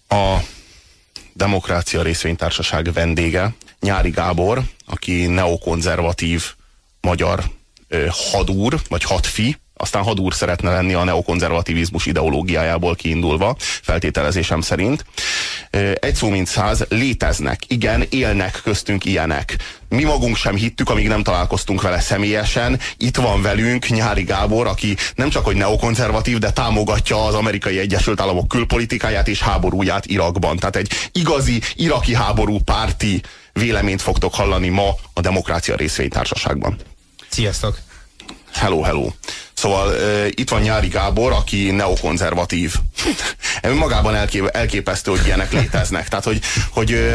A Demokrácia Részvénytársaság vendége Nyári Gábor, aki neokonzervatív magyar hadúr, vagy hadfi, aztán hadúr szeretne lenni a neokonzervativizmus ideológiájából kiindulva, feltételezésem szerint. Egy szó mint száz, léteznek, igen, élnek köztünk ilyenek. Mi magunk sem hittük, amíg nem találkoztunk vele személyesen. Itt van velünk Nyári Gábor, aki nem csak hogy neokonzervatív, de támogatja az Amerikai Egyesült Államok külpolitikáját és háborúját Irakban. Tehát egy igazi iraki háború párti véleményt fogtok hallani ma a Demokrácia Részvénytársaságban. Sziasztok! Hello, hello. Szóval itt van Nyári Gábor, aki neokonzervatív. Magában elképesztő, hogy ilyenek léteznek. Tehát, hogy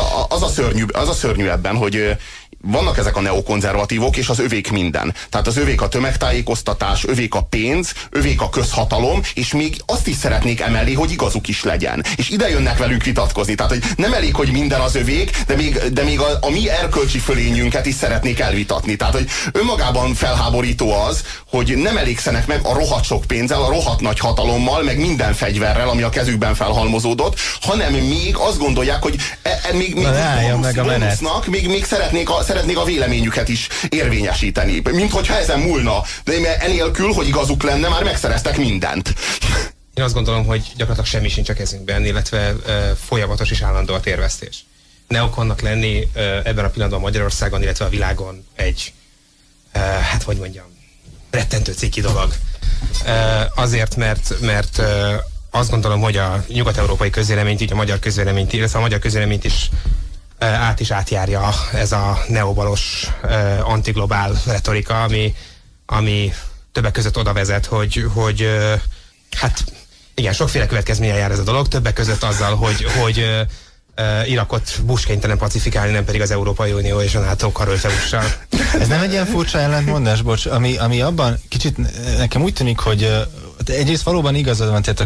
az a szörnyű ebben, hogy vannak ezek a neokonzervatívok, és az övék minden. Tehát az övék a tömegtájékoztatás, övék a pénz, övék a közhatalom, és még azt is szeretnék emellé, hogy igazuk is legyen. És ide jönnek velünk vitatkozni. Tehát, hogy nem elég, hogy minden az övék, de még a mi erkölcsi fölényünket is szeretnék elvitatni. Tehát, hogy önmagában felháborító az, hogy nem elégszenek meg a rohadt sok pénzzel, a rohadt nagy hatalommal, meg minden fegyverrel, ami a kezükben felhalmozódott, hanem még azt gondolják, hogy még bonusznak, még szeretnék a véleményüket is érvényesíteni. Mint hogyha ezen múlna. De enélkül, hogy igazuk lenne, már megszereztek mindent. Én azt gondolom, hogy gyakorlatilag semmi sincs a kezünkben, illetve folyamatos és állandó a térvesztés. Neokonnak lenni ebben a pillanatban Magyarországon, illetve a világon egy, hát hogy mondjam, rettentő ciki dolog. Azért, mert azt gondolom, hogy a nyugat-európai közvéleményt, így a magyar közvéleményt, illetve a magyar közvéleményt is átjárja ez a neobalos antiglobál retorika, ami többek között oda vezet, hogy hát igen, sokféle következménye jár ez a dolog, többek között azzal, hogy Irakot Bush kénytelen pacifikálni, nem pedig az Európai Unió és a NATO karölte USA-sal. Ez nem egy ilyen furcsa ellentmondás, bocs, ami abban kicsit nekem úgy tűnik, hogy egyrészt valóban igazad van, tehát a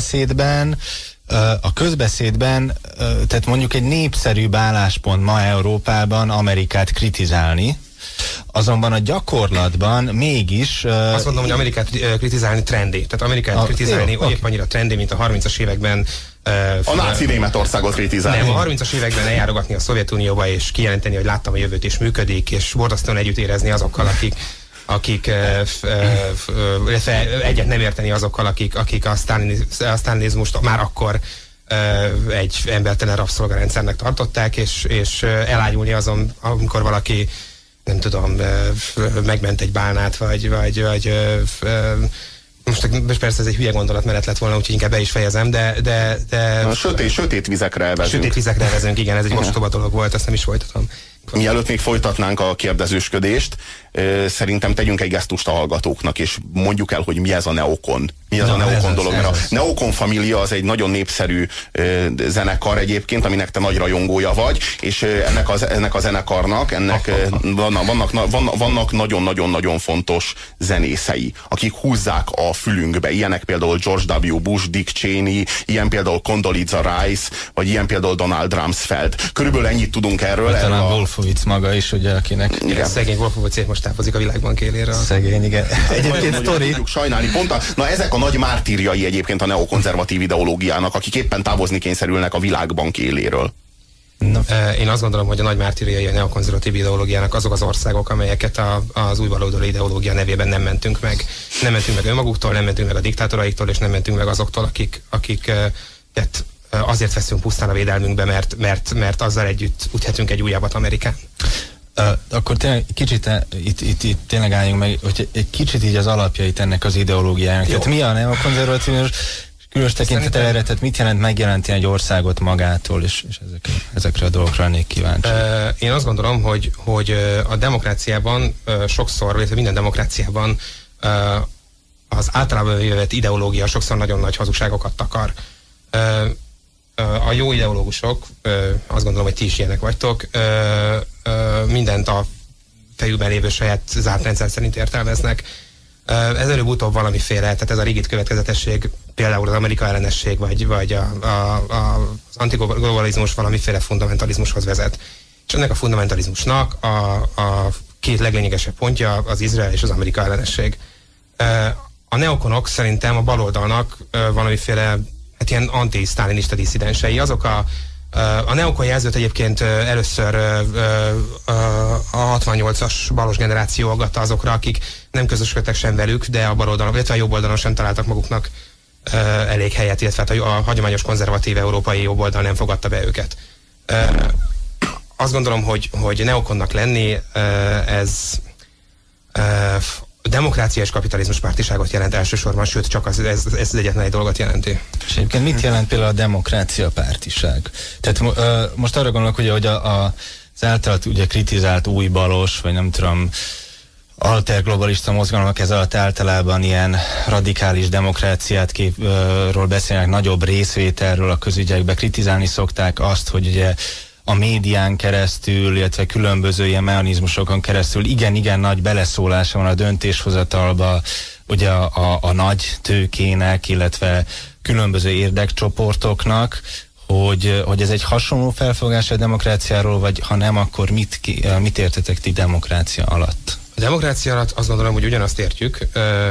közbeszédben, tehát mondjuk egy népszerűbb álláspont ma Európában Amerikát kritizálni, azonban a gyakorlatban mégis... Azt mondom, hogy Amerikát kritizálni trendi. Tehát Amerikát kritizálni épp annyira trendi, mint a 30-as években... a náci Németországot kritizálni. Nem, a 30-as években eljárogatni a Szovjetunióba, és kijelenteni, hogy láttam a jövőt, és működik, és borzasztóan együtt érezni azokkal, akik egyet nem érteni azokkal, akik a sztálinizmust már akkor egy embertelen rabszolgarendszernek tartották, és elájulni azon, amikor valaki, nem tudom, megment egy bálnát, vagy most persze ez egy hülye gondolatmenet lett volna, úgyhogy inkább be is fejezem, de sötét vizekre elvezünk. Sötét vizekre elvezünk, igen, ez egy ostoba dolog volt, ezt nem is folytatom. Mielőtt még folytatnánk a kérdezősködést, szerintem tegyünk egy gesztust a hallgatóknak, és mondjuk el, hogy mi ez a neokon. Mi ez a neokon dolog? Mert a Neokon Família az egy nagyon népszerű zenekar egyébként, aminek te nagy rajongója vagy, és ennek a zenekarnak vannak nagyon-nagyon-nagyon fontos zenészei, akik húzzák a fülünkbe. Ilyenek például George W. Bush, Dick Cheney, ilyen például Condoleezza Rice, vagy ilyen például Donald Rumsfeld. Körülbelül ennyit tudunk erről. Talán Wolfowitz maga is, ugye, akinek... Igen. Szegény Wolfowitz most távozik a Világbank éléről. Szegény, igen. Egyébként sztori. Sajnálni. Na ezek a nagy mártírjai egyébként a neokonzervatív ideológiának, akik éppen távozni kényszerülnek a Világbank éléről. No. Én azt gondolom, hogy a nagy mártírjai a neokonzervatív ideológiának azok az országok, amelyeket az új baloldali ideológia nevében nem mentünk meg. Nem mentünk meg önmaguktól, nem mentünk meg a diktátoraiktól, és nem mentünk meg azoktól, akiket azért veszünk pusztán a védelmünkbe, mert azzal együtt üthetünk egy újabbat Amerikán. Akkor tényleg kicsit itt tényleg álljunk meg, hogy egy kicsit így az alapjait ennek az ideológiának. Tehát mi a neokonzervatívus, különös tekintet erre, tehát mit jelent megjelenteni egy országot magától, és ezekre a dolgokra lennék kíváncsi. Én azt gondolom, hogy a demokráciában sokszor, illetve minden demokráciában az általában vévett ideológia sokszor nagyon nagy hazugságokat takar. A jó ideológusok, azt gondolom, hogy ti is ilyenek vagytok, mindent a fejükben lévő saját zárt rendszer szerint értelmeznek. Ez előbb-utóbb valamiféle, tehát ez a rigid következetesség, például az Amerika ellenesség, vagy az antiglobalizmus valamiféle fundamentalizmushoz vezet. És ennek a fundamentalizmusnak a két leglényegesebb pontja az Izrael és az Amerika ellenesség. A neokonok szerintem a baloldalnak valamiféle hát ilyen anti-sztálinista disszidensei. Azok a neokon jelzőt egyébként először a 68-as balos generáció aggatta azokra, akik nem közösködtek sem velük, de a bal oldalon, illetve a jobb oldalon sem találtak maguknak elég helyet, illetve hát a hagyományos konzervatív európai jobb oldal nem fogadta be őket. Azt gondolom, hogy neokonnak lenni, ez demokrácia és kapitalizmus pártiságot jelent elsősorban, sőt csak ez egyetlen egy dolgot jelenti. És egyébként mit jelent például a demokrácia pártiság? Tehát most arra gondolok, ugye, hogy az általát ugye kritizált új balos, vagy nem tudom, alterglobalista mozgalmak ez alatt általában ilyen radikális demokráciátról beszélnek, nagyobb részvételről a közügyekbe, kritizálni szokták azt, hogy ugye a médián keresztül, illetve különböző ilyen mechanizmusokon keresztül igen nagy beleszólása van a döntéshozatalba, ugye a nagy tőkének, illetve különböző érdekcsoportoknak, hogy ez egy hasonló felfogás a demokráciáról, vagy ha nem, akkor mit értetek ti demokrácia alatt? A demokrácia alatt azt gondolom, hogy ugyanazt értjük.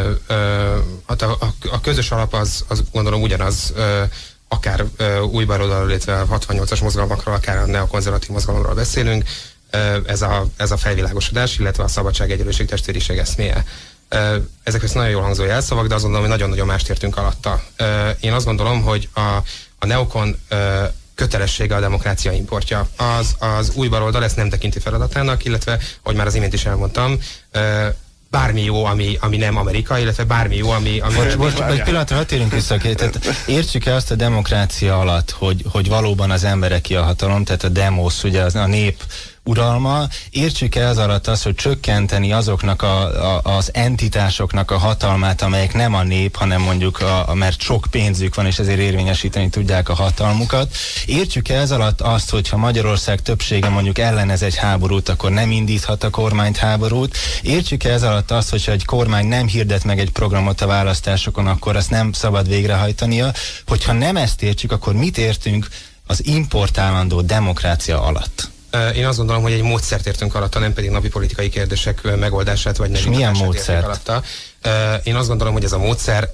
A közös alap az gondolom ugyanaz, akár új baloldalról, illetve a 68-as mozgalmakról, akár a neokonzervatív mozgalomról beszélünk, ez a felvilágosodás, illetve a szabadság, egyenlőség, testvériség eszméje. Ezek össze nagyon jól hangzó jelszavak, de azt gondolom, hogy nagyon-nagyon mást értünk alatta. Én azt gondolom, hogy a neokon kötelessége a demokrácia importja. Az új baloldal ezt nem tekinti feladatának, illetve, ahogy már az imént is elmondtam, bármi jó, ami nem Amerika, illetve bármi jó, ami... Most egy pillanatra, ha térünk vissza, tehát értsük-e azt a demokrácia alatt, hogy valóban az embereki a hatalom, tehát a demos, ugye a nép uralma, értsük-e az alatt azt, hogy csökkenteni azoknak az entitásoknak a hatalmát, amelyek nem a nép, hanem mondjuk mert sok pénzük van, és ezért érvényesíteni tudják a hatalmukat. Értsük-e ez alatt azt, hogyha Magyarország többsége mondjuk ellenez egy háborút, akkor nem indíthat a kormányt háborút? Értsük-e ez alatt azt, hogyha egy kormány nem hirdet meg egy programot a választásokon, akkor azt nem szabad végrehajtania? Hogyha nem ezt értjük, akkor mit értünk az importálandó demokrácia alatt? Én azt gondolom, hogy egy módszert értünk alatta, nem pedig napi politikai kérdések megoldását, vagy nem. És milyen módszert? Alatta. Én azt gondolom, hogy ez a módszer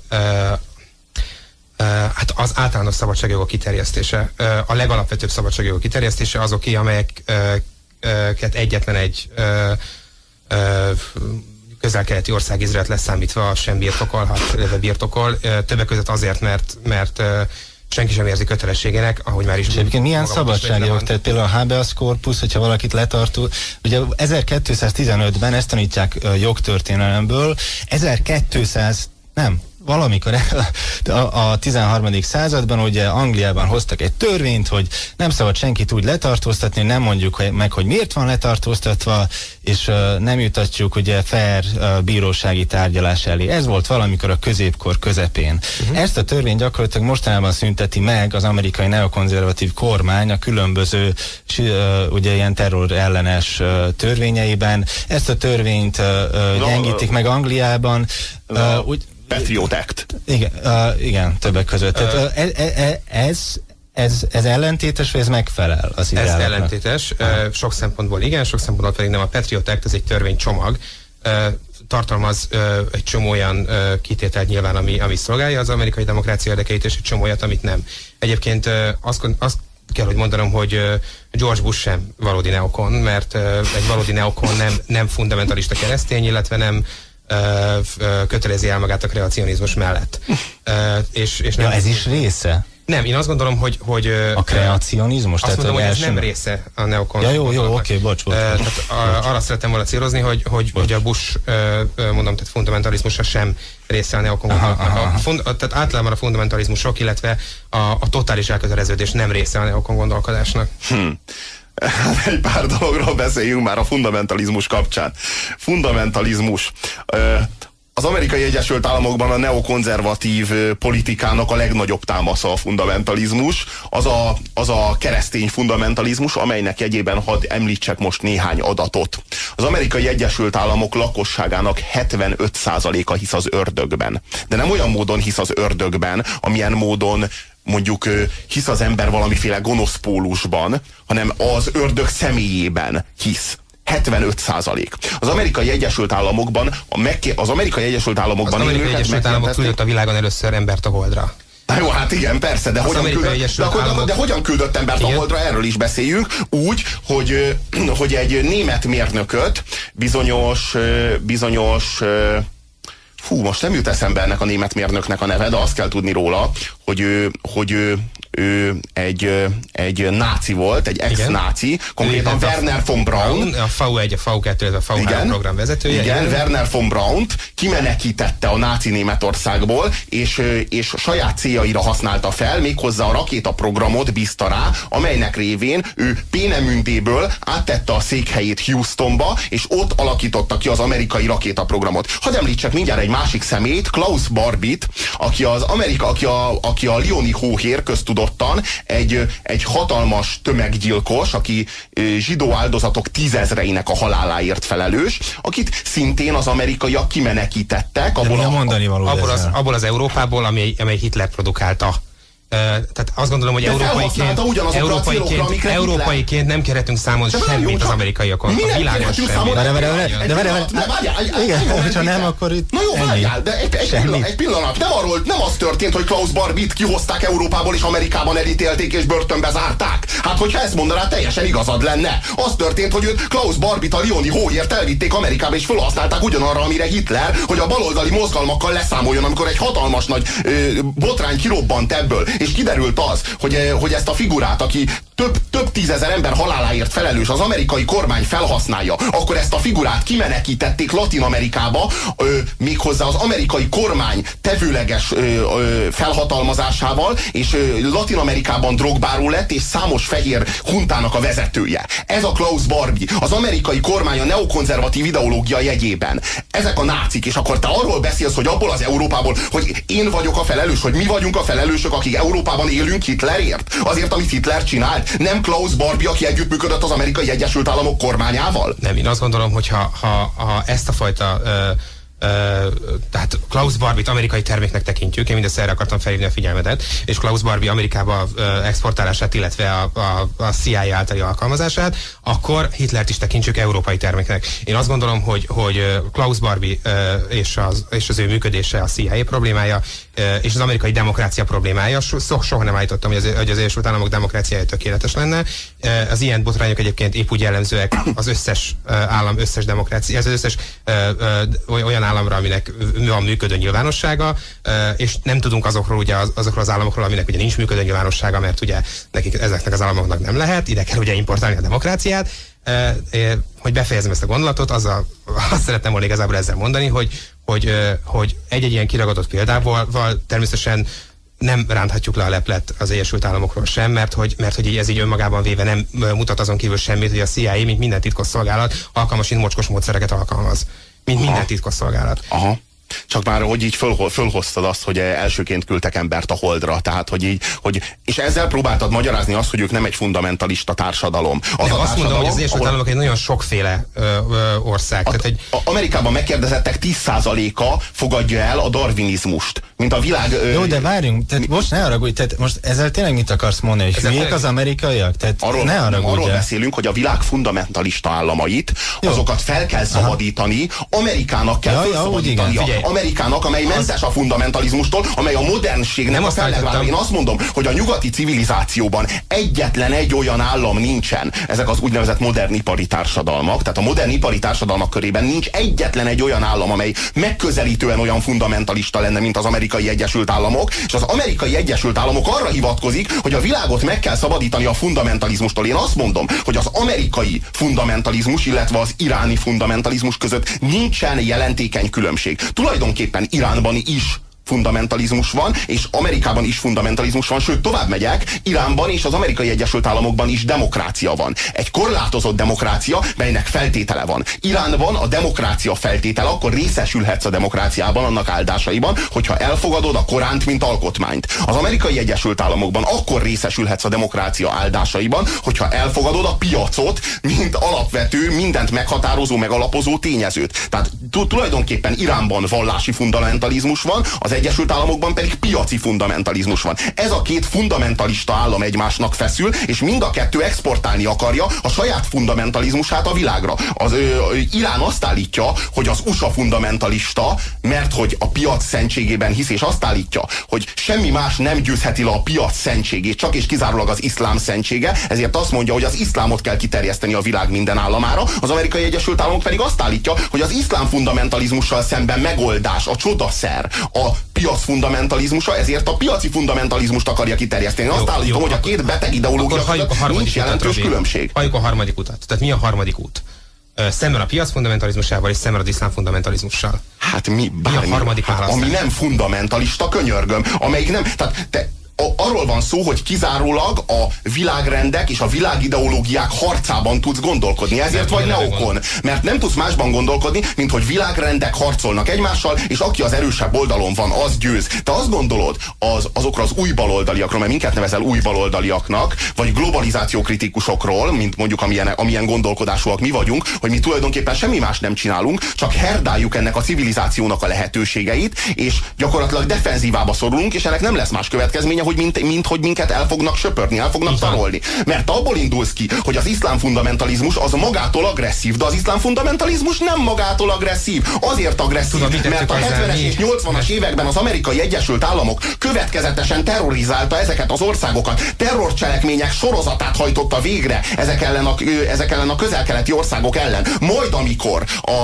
hát az általános szabadságjogok kiterjesztése, a legalapvetőbb szabadságjogok kiterjesztése azoké, amelyeket egyetlen egy közel-keleti ország, Izraelt leszámítva sem birtokolhat, illetve birtokol, többek között azért, mert senki sem érzi kötelességének, ahogy már is... És egyébként milyen szabadságjog? Tehát például a habeas corpus, hogyha valakit letartó... Ugye 1215-ben ezt tanítják jogtörténelemből, valamikor a 13. században ugye Angliában hoztak egy törvényt, hogy nem szabad senkit úgy letartóztatni, nem mondjuk meg, hogy miért van letartóztatva, és nem jutatjuk ugye fair bírósági tárgyalás elé. Ez volt valamikor a középkor közepén. Ezt a törvényt gyakorlatilag mostanában szünteti meg az amerikai neokonzervatív kormány a különböző ugye ilyen terror ellenes törvényeiben. Ezt a törvényt gyengítik meg Angliában. Patriot Act. Igen, többek között. Tehát ez ellentétes, vagy ez megfelel az ideáloknak? Ez ellentétes. Sok szempontból igen, sok szempontból pedig nem. A Patriot Act, ez egy törvénycsomag. Tartalmaz egy csomó olyan kitételt nyilván, ami szolgálja az amerikai demokrácia érdekeit, és egy csomó olyat, amit nem. Egyébként azt kell, hogy mondanom, hogy George Bush sem valódi neokon, mert egy valódi neokon nem fundamentalista keresztény, illetve nem kötelezi el magát a kreacionizmus mellett. És nem ez is része? Nem, én azt gondolom, hogy a kreacionizmus? Azt mondom, hogy ez nem része a neokon. Ja, jó, oké, bocs. Arra szerettem volna célozni, hogy a Bush, mondom, tehát fundamentalizmusa sem része a neokon gondolkodásnak. Tehát általában a fundamentalizmusok, illetve a totális elköteleződés nem része a neokon gondolkodásnak. Hát egy pár dologról beszéljünk már a fundamentalizmus kapcsán. Fundamentalizmus. Az Amerikai Egyesült Államokban a neokonzervatív politikának a legnagyobb támasza a fundamentalizmus. Az a keresztény fundamentalizmus, amelynek jegyében hadd említsek most néhány adatot. Az Amerikai Egyesült Államok lakosságának 75%-a hisz az ördögben. De nem olyan módon hisz az ördögben, amilyen módon mondjuk hisz az ember valamiféle gonosz pólusban, hanem az ördög személyében hisz. 75%. Az Amerikai Egyesült Államokban Az Amerikai Egyesült Államok küldött a világon először embert a Holdra. Na jó, hát igen, persze, de hogyan küldött embert a Holdra, erről is beszéljünk. Úgy, hogy egy német mérnököt bizonyos most nem jut eszembe ennek a német mérnöknek a neve, de azt kell tudni róla, hogy ő egy náci volt, egy ex-náci, konkrétan Werner von Braun. A V1, a V2, a V3 program vezetője. Igen, Werner von Braunt kimenekítette a náci Németországból, és saját céljaira használta fel, méghozzá a rakétaprogramot bízta rá, amelynek révén ő Peenemündéből áttette a székhelyét Houstonba, és ott alakította ki az amerikai rakétaprogramot. Hadd említsek mindjárt egy másik szemét, Klaus Barbit, aki a Lioni hóhér köztudottan egy hatalmas tömeggyilkos, aki zsidó áldozatok 10 000-einek a haláláért felelős, akit szintén az amerikaiak kimenekítettek. Abból az Európából, amely Hitler produkálta. Tehát azt gondolom, hogy európaiként nem kérhetünk számon semmit az amerikaiakon. A világon semmit. Igen, hogyha nem, akkor itt na jó, várjál, de egy pillanat. Nem az történt, hogy Klaus Barbit kihozták Európából és Amerikában elítélték és börtönbe zárták. Hát, hogyha ezt mondaná, teljesen igazad lenne. Az történt, hogy őt Klaus Barbit a Lioni hóért elvitték Amerikába és felhasználták ugyanarra, amire Hitler, hogy a baloldali mozgalmakkal leszámoljon, amikor egy hatalmas nagy botrány kirobbant ebből. És kiderült az, hogy ezt a figurát, aki több 10 000 ember haláláért felelős, az amerikai kormány felhasználja, akkor ezt a figurát kimenekítették Latin-Amerikába, méghozzá az amerikai kormány tevőleges felhatalmazásával, és Latin-Amerikában drogbáró lett, és számos fehér huntának a vezetője. Ez a Klaus Barbie, az amerikai kormány a neokonzervatív ideológia jegyében. Ezek a nácik, és akkor te arról beszélsz, hogy abból az Európából, hogy én vagyok a felelős, hogy mi vagyunk a felelősök, akik Európában élünk Hitlerért? Azért, amit Hitler csinált? Nem Klaus Barbie, aki együttműködött az Amerikai Egyesült Államok kormányával? Nem, én azt gondolom, hogy ha ezt a fajta tehát Klaus Barbie-t amerikai terméknek tekintjük, én mindezt erre akartam felhívni a figyelmedet, és Klaus Barbie Amerikába exportálását, illetve a CIA általi alkalmazását, akkor Hitlert is tekintsük európai terméknek. Én azt gondolom, hogy Klaus Barbie és az ő működése a CIA problémája, és az amerikai demokrácia problémája. Soha nem állítottam, hogy az Egyesült Államok demokráciája tökéletes lenne. Az ilyen botrányok egyébként épp úgy jellemzőek az összes állam összes demokrácia, az összes olyan államra, aminek van működő nyilvánossága, és nem tudunk azokról az államokról, aminek ugye nincs működő nyilvánossága, mert ugye ezeknek az államoknak nem lehet, ide kell ugye importálni a demokráciát. Hogy befejezem ezt a gondolatot, azt szeretném volna igazából ezzel mondani, hogy egy-egy ilyen kiragadott példával természetesen nem ránthatjuk le a leplet az Egyesült Államokról sem, mert hogy ez így önmagában véve nem mutat azon kívül semmit, hogy a CIA, mint minden titkosszolgálat, alkalmasint mocskos módszereket alkalmaz. Mint minden titkosszolgálat. Aha. Csak már, hogy így fölhoztad azt, hogy elsőként küldtek embert a Holdra, tehát, és ezzel próbáltad magyarázni azt, hogy ők nem egy fundamentalista társadalom. Azt mondom, hogy az Egyesült Államok egy nagyon sokféle ország. Amerikában megkérdezettek 10%-a fogadja el a darwinizmust, mint a világ... Jó, de várjunk, tehát most ne haragudj, tehát most ezzel tényleg mit akarsz mondani, hogy hülyék az amerikaiak? Tehát arról beszélünk, hogy a világ fundamentalista államait, azokat fel kell szabadítani, Amerikának kell felszabadítania. Amerikának, amely mentes a fundamentalizmustól, amely a modernségnek a fellegvára. Én azt mondom, hogy a nyugati civilizációban egyetlen egy olyan állam nincsen. Ezek az úgynevezett modern ipari társadalmak. Tehát a modern ipari társadalmak körében nincs egyetlen egy olyan állam, amely megközelítően olyan fundamentalista lenne, mint az Amerikai Egyesült Államok. És az Amerikai Egyesült Államok arra hivatkozik, hogy a világot meg kell szabadítani a fundamentalizmustól. Én azt mondom, hogy az amerikai fundamentalizmus, illetve az iráni fundamentalizmus között nincsen jelentékeny különbség. Tulajdonképpen Iránban is fundamentalizmus van, és Amerikában is fundamentalizmus van, sőt, tovább megyek, Iránban és az Amerikai Egyesült Államokban is demokrácia van. Egy korlátozott demokrácia, melynek feltétele van. Iránban a demokrácia feltétele, akkor részesülhetsz a demokráciában, annak áldásaiban, hogyha elfogadod a Koránt, mint alkotmányt. Az Amerikai Egyesült Államokban akkor részesülhetsz a demokrácia áldásaiban, hogyha elfogadod a piacot, mint alapvető, mindent meghatározó, megalapozó tényezőt. Tehát tulajdonképpen Iránban vallási fundamentalizmus van, az Egyesült Államokban pedig piaci fundamentalizmus van. Ez a két fundamentalista állam egymásnak feszül, és mind a kettő exportálni akarja a saját fundamentalizmusát a világra. Irán azt állítja, hogy az USA fundamentalista, mert hogy a piac szentségében hisz, és azt állítja, hogy semmi más nem győzheti le a piac szentségét, csak és kizárólag az iszlám szentsége, ezért azt mondja, hogy az iszlámot kell kiterjeszteni a világ minden államára. Az Amerikai Egyesült Államok pedig azt állítja, hogy az iszlám fundamentalizmussal szemben megoldás, a csodaszer, a piac fundamentalizmusa, ezért a piaci fundamentalizmust akarja kiterjeszteni. Azt állítom, hogy a két beteg ideológia között nincs jelentős különbség. Halljuk a harmadik utat. Tehát mi a harmadik út? Szemben a piac fundamentalizmusával és szemben az iszlám fundamentalizmussal. Hát mi a harmadik választás? Ami nem fundamentalista, könyörgöm. Amelyik nem... Tehát arról van szó, hogy kizárólag a világrendek és a világideológiák harcában tudsz gondolkodni. Ezért vagy neokon. Mert nem tudsz másban gondolkodni, mint hogy világrendek harcolnak egymással, és aki az erősebb oldalon van, az győz. Te azt gondolod azokra az új baloldaliakról, mert minket nevezel új baloldaliaknak, vagy globalizációkritikusokról, mint mondjuk amilyen gondolkodásúak mi vagyunk, hogy mi tulajdonképpen semmi más nem csinálunk, csak herdáljuk ennek a civilizációnak a lehetőségeit, és gyakorlatilag defenzívába szorulunk, és ennek nem lesz más következménye, mint hogy minket el fognak söpörni, el fognak tarolni. Mert abból indulsz ki, hogy az iszlám fundamentalizmus az magától agresszív, de az iszlám fundamentalizmus nem magától agresszív. Azért agresszív, mert a 70-es és 80-as években az Amerikai Egyesült Államok következetesen terrorizálta ezeket az országokat. Terrorcselekmények sorozatát hajtotta végre ezek ellen a közel-keleti országok ellen. Majd amikor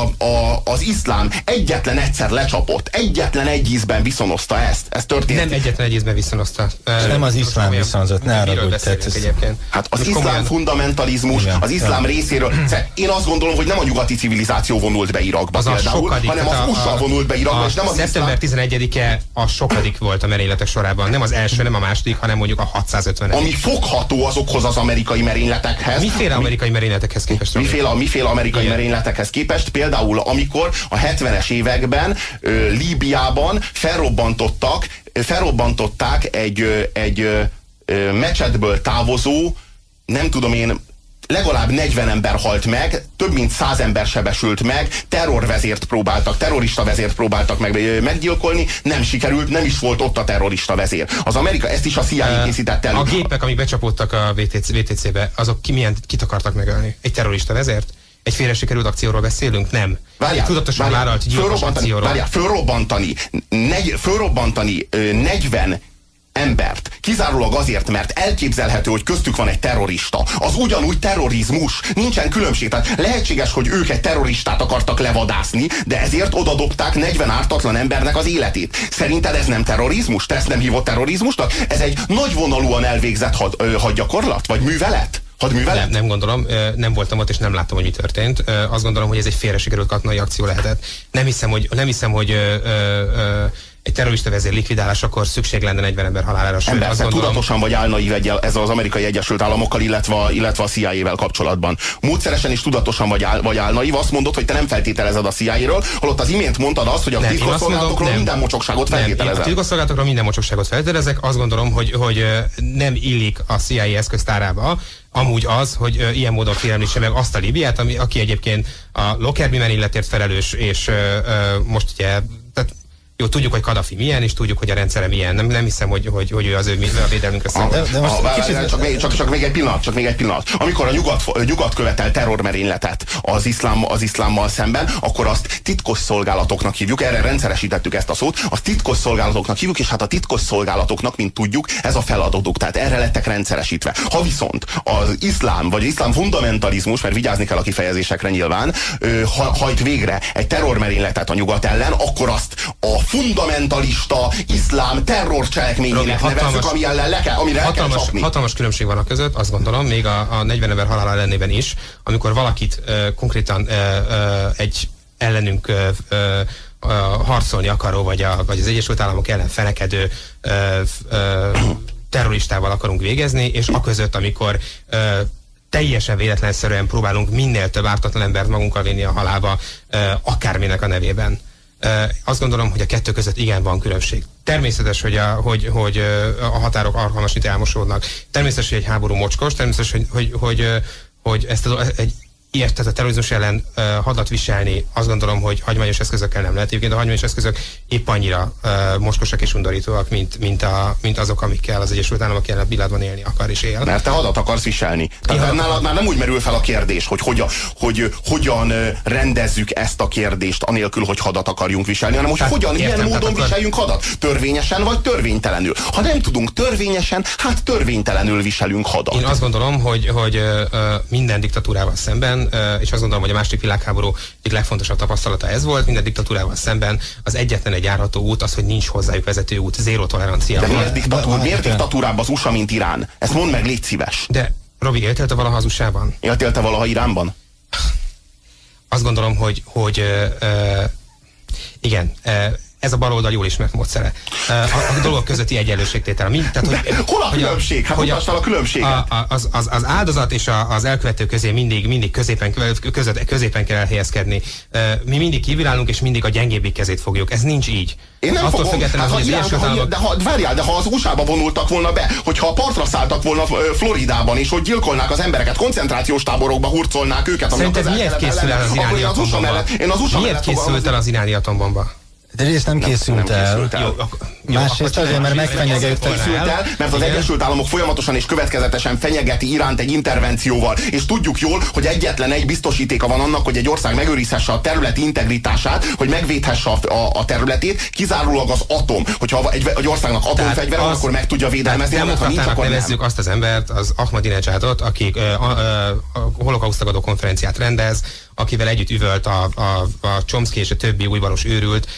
az iszlám egyetlen egyszer lecsapott, egyetlen egy ízben viszonozta ezt. Ez történt. Nem egyetlen egy ízben viszonozta. Nem az iszlám viszonzott, ne arra úgy egyébként. Hát az iszlám fundamentalizmus, az iszlám részéről. Én azt gondolom, hogy nem a nyugati civilizáció vonult be Irakba például, hanem az USA vonult be Irakba, és nem az szeptember 11-e a sokadik volt a merényletek sorában. Nem az első, nem a második, hanem mondjuk a 650. Ami fogható azokhoz az amerikai merényletekhez. Miféle amerikai merényletekhez képest? Miféle amerikai merényletekhez képest? Például amikor a 70-es években Líbiában felrobbantották egy mecsetből távozó, nem tudom én, legalább 40 ember halt meg, több mint 100 ember sebesült meg, terrorista vezért próbáltak meg meggyilkolni, nem sikerült, nem is volt ott a terrorista vezér. Az Amerika ezt is a CIA készítette elő. A gépek, amik becsapódtak a VTC-be, azok kit akartak megölni? Egy terrorista vezért? Egy félre sikerült akcióról beszélünk? Nem. Tudatosan vállalt gyilkos akcióról. Fölrobbantani 40 embert, kizárólag azért, mert elképzelhető, hogy köztük van egy terrorista. Az ugyanúgy terrorizmus. Nincsen különbség. Tehát lehetséges, hogy ők egy terroristát akartak levadászni, de ezért odadobták 40 ártatlan embernek az életét. Szerinted ez nem terrorizmus? Te ezt nem hívod terrorizmusnak? Ez egy nagyvonalúan elvégzett hadgyakorlat? Vagy művelet? Nem gondolom, nem voltam ott, és nem láttam, hogy mi történt. Azt gondolom, hogy ez egy félre sikerült katonai akció lehetett. Nem hiszem, hogy egy terrorista vezér likvidálásakor szükség lenne 40 ember halálára. Tudatosan vagy álnaív ezzel az Amerikai Egyesült Államokkal, illetve a CIA-vel kapcsolatban. Módszeresen is tudatosan vagy álnaív, azt mondod, hogy te nem feltételezed a CIA-ről, holott az imént mondtad azt, hogy a titkosszolgálatokról minden mocsokságot feltételezel. A titkosszolgálatokról minden mocsokságot feltételezek, azt gondolom, hogy nem illik a CIA eszköztárába amúgy az, hogy ilyen módon félemlítse meg azt a Líbiát, aki egyébként a Lockerbie merényletért felelős, és most ugye, tehát jó, tudjuk, hogy Kadhafi milyen, és tudjuk, hogy a rendszere milyen. Nem hiszem, hogy ő az ő a védelmünkre szemben. Csak még egy pillanat. Amikor a nyugat követel terrormerényletet az iszlámmal szemben, akkor azt titkos szolgálatoknak hívjuk, erre rendszeresítettük ezt a szót, azt titkos szolgálatoknak hívjuk, és hát a titkos szolgálatoknak, mint tudjuk, ez a feladatuk, tehát erre lettek rendszeresítve. Ha viszont az iszlám, vagy iszlám fundamentalizmus, mert vigyázni kell a kifejezésekre nyilván, hajt végre egy terrormerényletet a nyugat ellen, akkor azt a fundamentalista iszlám terrorcselekményének nevezzük, amire el kell csapni. Hatalmas különbség van a között, azt gondolom, még a 40 ember halála ellenében is, amikor valakit konkrétan egy ellenünk harcolni akaró, vagy az Egyesült Államok ellen felekedő terroristával akarunk végezni, és aközött, amikor teljesen véletlenszerűen próbálunk minél több ártatlan embert magunkkal vinni a halálba, akárminek a nevében. Azt gondolom, hogy a kettő között igen van különbség. Természetes, hogy a határok alkalmasint elmosódnak. Természetes, hogy egy háború mocskos, természetes, hogy ezt egy tehát a terrorizmus ellen hadat viselni, azt gondolom, hogy hagyományos eszközökkel nem lehet. Egyébként a hagyományos eszközök épp annyira moskosak és undorítóak, mint azok, amikkel az Egyesült Államok jelen pillanatban élni akar és él. Mert te hadat akarsz viselni. Tehát nálad már nem úgy merül fel a kérdés, hogy hogyan rendezzük ezt a kérdést, anélkül, hogy hadat akarjunk viselni, hanem hogy milyen módon viseljünk hadat. Törvényesen vagy törvénytelenül. Ha nem tudunk törvényesen, hát törvénytelenül viselünk hadat. Én azt gondolom, hogy minden diktatúrával szemben, és azt gondolom, hogy a második világháború egyik legfontosabb tapasztalata ez volt, minden diktatúrával szemben az egyetlen egy járható út az, hogy nincs hozzájuk vezető út, zéró tolerancia. De miért diktatúrább az USA, mint Irán? Ezt mondd meg, légy szíves. De Robi, éltél te valaha az USA-ban? Éltél te valaha Iránban? Azt gondolom, hogy igen, ez a baloldal jól ismert módszere. A dolgok közötti egyenlőségtétel. Hol a különbség? Hát mutasd fel a különbséget. Az áldozat és az elkövető közé mindig középen kell elhelyezkedni. Mi mindig kívülállunk, és mindig a gyengébbik kezét fogjuk. Ez nincs így. Én nem attól fogom, de ha az USA-ba vonultak volna be, hogyha a partra szálltak volna Floridában, és hogy gyilkolnák az embereket, koncentrációs táborokba hurcolnák őket. Szerinted miért készül el az iráni atombomba? Miért készült el az iráni atombomba? De részt nem készült el. Másrészt azért, mert megfenyegettek. Mert az Egyesült Államok folyamatosan és következetesen fenyegeti Iránt egy intervencióval. És tudjuk jól, hogy egyetlen egy biztosítéka van annak, hogy egy ország megőrizhesse a területi integritását, hogy megvédhesse a területét, kizárólag az atom. Hogyha egy országnak atomfegyvere van, akkor meg tudja védelmezni. Demokratának nevezzük azt az embert, az Ahmadinejadot, aki a holokausztagadó konferenciát rendez, akivel együtt üvölt a Chomsky és a többi újbalos őrült,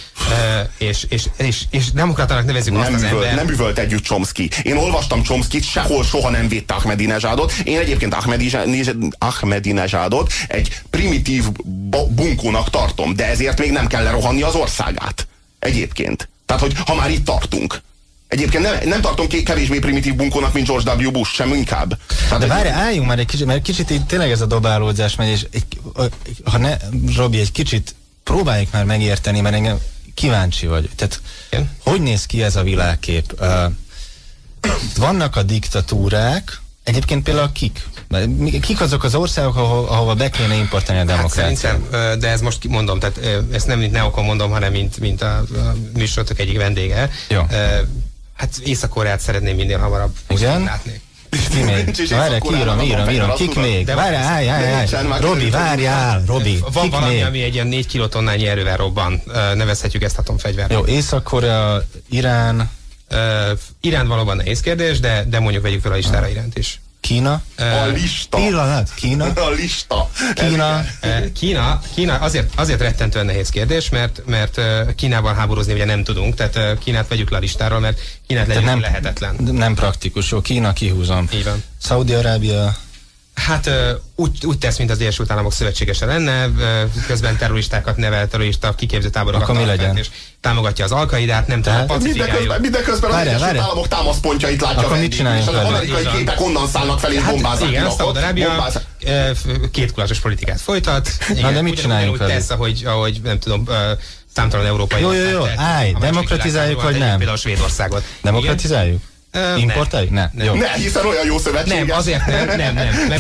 és demokratának nevezzük azt az embert. Nem üvölt együtt Chomsky. Én olvastam Chomskyt, sehol soha nem védte Ahmadinejadot. Én egyébként Ahmadinejadot egy primitív bunkónak tartom, de ezért még nem kell lerohanni az országát. Egyébként. Tehát, hogy ha már itt tartunk. Egyébként nem tartom kevésbé primitív bunkónak, mint George W. Bush, sem inkább. Tehát, de várj, álljunk már egy kicsit, mert kicsit így tényleg ez a dobálódzás megy, és Robi, egy kicsit próbáljuk már megérteni, mert engem kíváncsi vagy. Tehát, hogy néz ki ez a világkép? Vannak a diktatúrák, egyébként például kik? Kik azok az országok, ahova be kéne importálni a demokráciát? Szerintem, de ez most mondom, tehát ezt nem mint Neokon mondom, hanem mint a műsorotok egyik vendége. Jó. Hát Észak-Koreát szeretném minél hamarabb látni. Ki még? Várjál, írom. Kik még? Várjál, Robi, várjál, Robi. Van valami, ami egy ilyen 4 kilotonnányi erővel robban. Nevezhetjük ezt atomfegyvernek. Jó, Észak-Korea, Irán. Irán valóban nehéz kérdés, de mondjuk vegyük fel a listára Iránt is. Kína? A lista. Pillanat, Kína? A lista. Kína azért rettentően nehéz kérdés, mert Kínában háborúzni ugye nem tudunk, tehát Kínát vegyük le a listáról, mert Kínát legyünk lehetetlen. Nem praktikus, jó, Kína kihúzom. Így van. Szaudi-Arábia? Hát úgy tesz, mint az Egyesült Államok szövetségese lenne, közben terroristákat nevel, terrorista kiképző táborokat tart, és támogatja az Al-Qaidát, nem tudom, pacifikáljuk. Mindeközben az Egyesült Államok támaszpontjait látja vendégül, és az amerikai gépek onnan szállnak fel, és bombázzák Irakot. Igen, Szaúd-Arábia kétkulasos politikát folytat. Na, de mit csináljunk úgy tesz, ahogy nem tudom, számtalan európai. Jó, állj, demokratizáljuk, vagy nem? Például Svédországot. Demokratizáljuk? Importáljuk? Ne. Jó. Ne, hiszen olyan jó szövetséges. Nem, azért nem.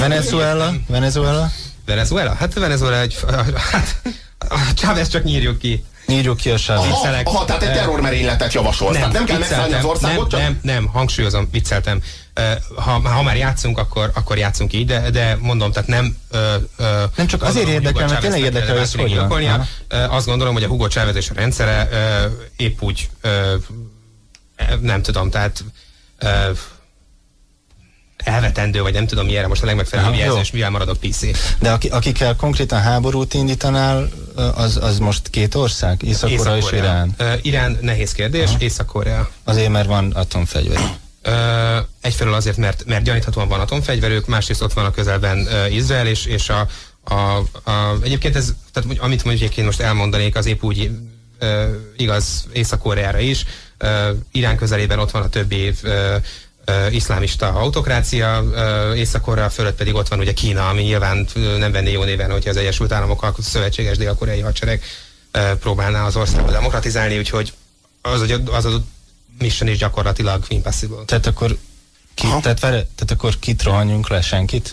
Venezuela? Hát Venezuela Chávez csak nyírjuk ki. Nyírjuk ki a Chávez. Tehát egy terrormerényletet javasolsz. Nem kell megszállni az országot, csak... Nem, hangsúlyozom, vicceltem. Ha már játszunk, akkor játszunk így, de mondom, tehát nem... Nem csak azért érdekel, mert tényleg érdekel, hogy hogyan. Azt gondolom, hogy a Hugo Chávez és a rendszere épp úgy nem tudom, tehát elvetendő, vagy nem tudom mi erre most a legmegfelelőbb jelző, és mivel maradok PC. De akikkel konkrétan háborút indítanál, az most két ország? Észak-Korea és Irán? Irán nehéz kérdés, Észak-Korea. Azért, mert van atomfegyver. Egyfelől azért, mert gyaníthatóan van atomfegyverük, másrészt ott van a közelben Izrael, és egyébként ez, tehát amit mondjuk én most elmondanék, az épp úgy igaz Észak-Koreára is. Irán közelében ott van a többi iszlámista autokrácia, Észak-Korea fölött pedig ott van ugye Kína, ami nyilván nem venné jó néven, hogyha az Egyesült Államok a szövetséges dél-koreai hadsereg próbálná az országot demokratizálni, úgyhogy az a mission is gyakorlatilag impossible. Tehát akkor kit rohanjunk le, senkit?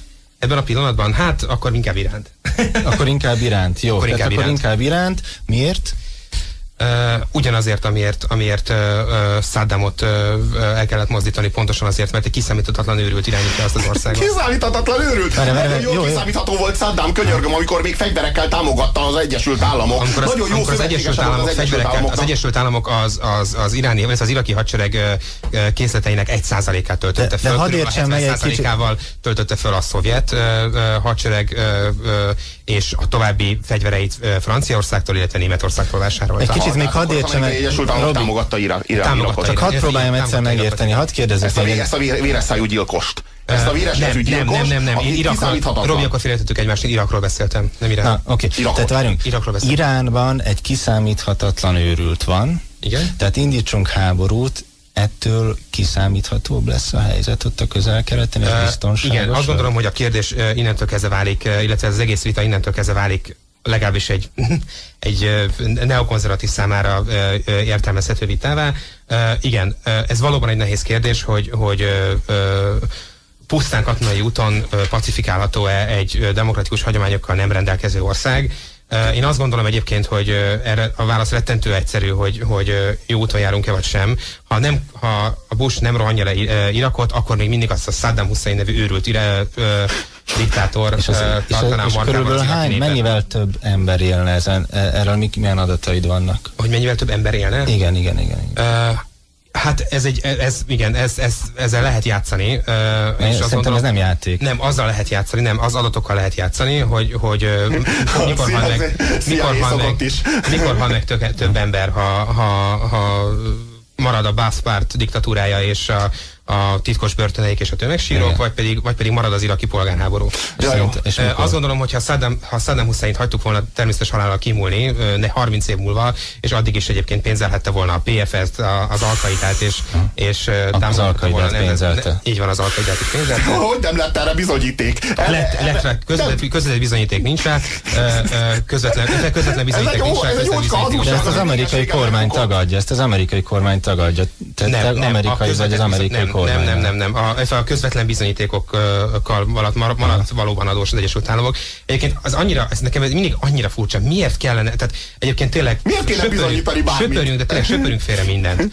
Ebben a pillanatban? Hát, akkor inkább Iránt. Akkor inkább Iránt, jó. Akkor inkább Iránt. Miért? Ugyanazért, amiért Saddamot el kellett mozdítani, pontosan azért, mert egy kiszámíthatatlan őrült irányítja azt az országot. Kiszámíthatatlan őrült? Nagyon jó kiszámítható volt Saddam, könyörgöm, amikor még fegyverekkel támogatta az Egyesült Államok. Amikor az Egyesült Államok az iráni, vagy az iraki hadsereg készleteinek 1%-át töltötte föl. De hadd értsem meg egy kicsit. Töltötte föl a szovjet hadsereg, és a további fegyvereit Franciaországtól, illetve Németországtól vásárolta. Egy kicsit még hadd értsem meg. Egyesült Államok támogatta Irakot. Csak hadd próbáljam egyszer megérteni, hadd kérdezzek. Ezt a véresszájú gyilkost. Ezt a véres kezű gyilkost, nem. Robi, akkor félretettük egymást, én Irakról beszéltem, nem Irán. Na, oké. Tehát várjunk. Iránban egy kiszámíthatatlan őrült van. Igen? Tehát indítsunk háborút, ettől kiszámíthatóbb lesz a helyzet ott a közel-keleten, és biztonságos. Igen, azt gondolom, hogy a kérdés innentől kezdve válik, illetve az egész vita innentől kezdve válik legalábbis egy neokonzervatív számára értelmezhető vitává. Igen, ez valóban egy nehéz kérdés, hogy pusztán katonai úton pacifikálható-e egy demokratikus hagyományokkal nem rendelkező ország. Én azt gondolom egyébként, hogy erre a válasz rettentő egyszerű, hogy jó úton járunk-e vagy sem. Ha a Bush nem rohanja le Irakot, akkor még mindig azt a Saddam Hussein nevű őrült diktátor tartaná és körülbelül mennyivel több ember élne ezen? Erről milyen adataid vannak? Hogy mennyivel több ember élne? Igen. Hát ezzel lehet játszani. Szerintem ez nem játék. Nem, azzal lehet játszani, nem, az adatokkal lehet játszani, hogy mikor hal meg több ember, ha marad a Baath párt diktatúrája és a titkos börtöneik és a tömegsírok, vagy pedig marad az iraki polgárháború. Azt gondolom, hogy ha Saddam Husseint hagytuk volna természetes halállal kimúlni 30 év múlva, és addig is egyébként pénzelhette volna a PFS-t, az Al-Qaidát, és támogatta volna. Így van, az Al-Qaidát is pénzelte. Hogy nem lett erre bizonyíték? Közvetlen bizonyíték nincs rá, közvetlen bizonyíték nincs rá. De ezt az amerikai kormány tagadja, Amerikai vagy az amerikai kormány. Nem. A közvetlen bizonyítékokkal maradt valóban adós az Egyesült Államok. Egyébként ez nekem mindig annyira furcsa. Miért kellene, tehát egyébként tényleg söpörjünk félre mindent.